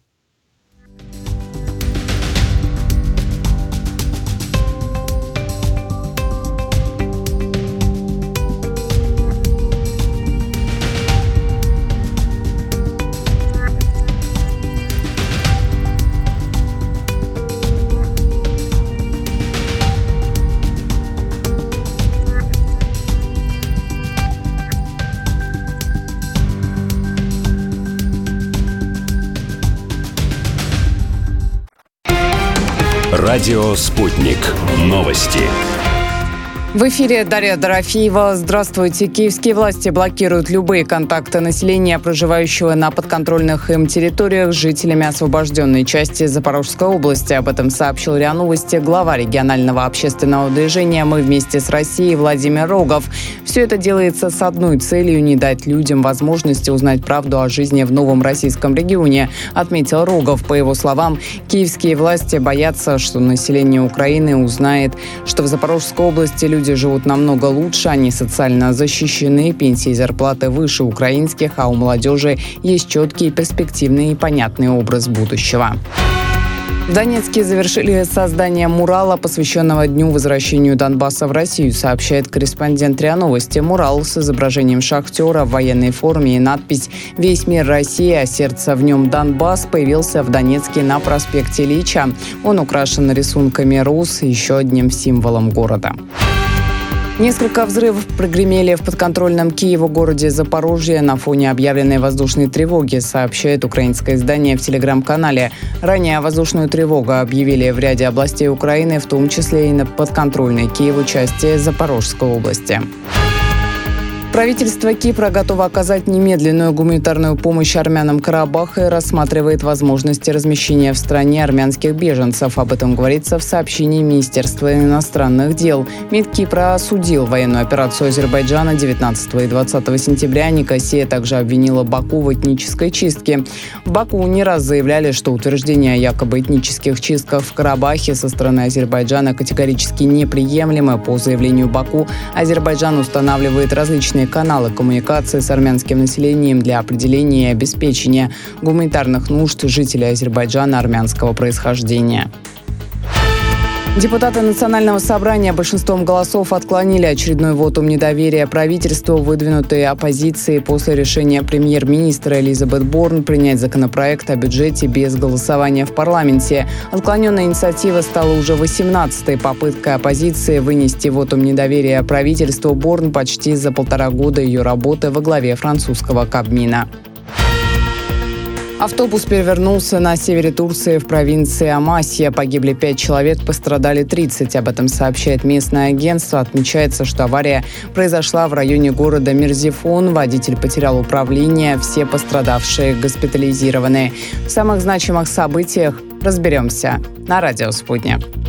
Радио «Спутник». Новости. В эфире Дарья Дорофеева. Здравствуйте. Киевские власти блокируют любые контакты населения, проживающего на подконтрольных им территориях, с жителями освобожденной части Запорожской области. Об этом сообщил РИА Новости глава регионального общественного движения «Мы вместе с Россией» Владимир Рогов. Все это делается с одной целью – не дать людям возможности узнать правду о жизни в новом российском регионе, отметил Рогов. По его словам, киевские власти боятся, что население Украины узнает, что в Запорожской области люди Люди живут намного лучше, они социально защищены, пенсии и зарплаты выше украинских, а у молодежи есть четкий, перспективный и понятный образ будущего. В Донецке завершили создание мурала, посвященного Дню возвращению Донбасса в Россию, сообщает корреспондент РИА Новости. Мурал с изображением шахтера в военной форме и надпись «Весь мир России, а сердце в нем Донбасс» появился в Донецке на проспекте Ильича. Он украшен рисунками рус, еще одним символом города. Несколько взрывов прогремели в подконтрольном Киеву городе Запорожье на фоне объявленной воздушной тревоги, сообщает украинское издание в телеграм-канале. Ранее воздушную тревогу объявили в ряде областей Украины, в том числе и на подконтрольной Киеву части Запорожской области. Правительство Кипра готово оказать немедленную гуманитарную помощь армянам Карабаха и рассматривает возможности размещения в стране армянских беженцев. Об этом говорится в сообщении Министерства иностранных дел. МИД Кипра осудил военную операцию Азербайджана девятнадцатого и двадцатого сентября. Никосия также обвинила Баку в этнической чистке. В Баку не раз заявляли, что утверждения о якобы этнических чистках в Карабахе со стороны Азербайджана категорически неприемлемы. По заявлению Баку, Азербайджан устанавливает различные каналы коммуникации с армянским населением для определения и обеспечения гуманитарных нужд жителей Азербайджана армянского происхождения. Депутаты Национального собрания большинством голосов отклонили очередной вотум недоверия правительству, выдвинутый оппозицией после решения премьер-министра Элизабет Борн принять законопроект о бюджете без голосования в парламенте. Отклоненная инициатива стала уже восемнадцатой попыткой оппозиции вынести вотум недоверия правительству Борн почти за полтора года ее работы во главе французского Кабмина. Автобус перевернулся на севере Турции в провинции Амасия. Погибли пять человек, пострадали тридцать. Об этом сообщает местное агентство. Отмечается, что авария произошла в районе города Мерзифон. Водитель потерял управление. Все пострадавшие госпитализированы. В самых значимых событиях разберемся на радио «Спутник».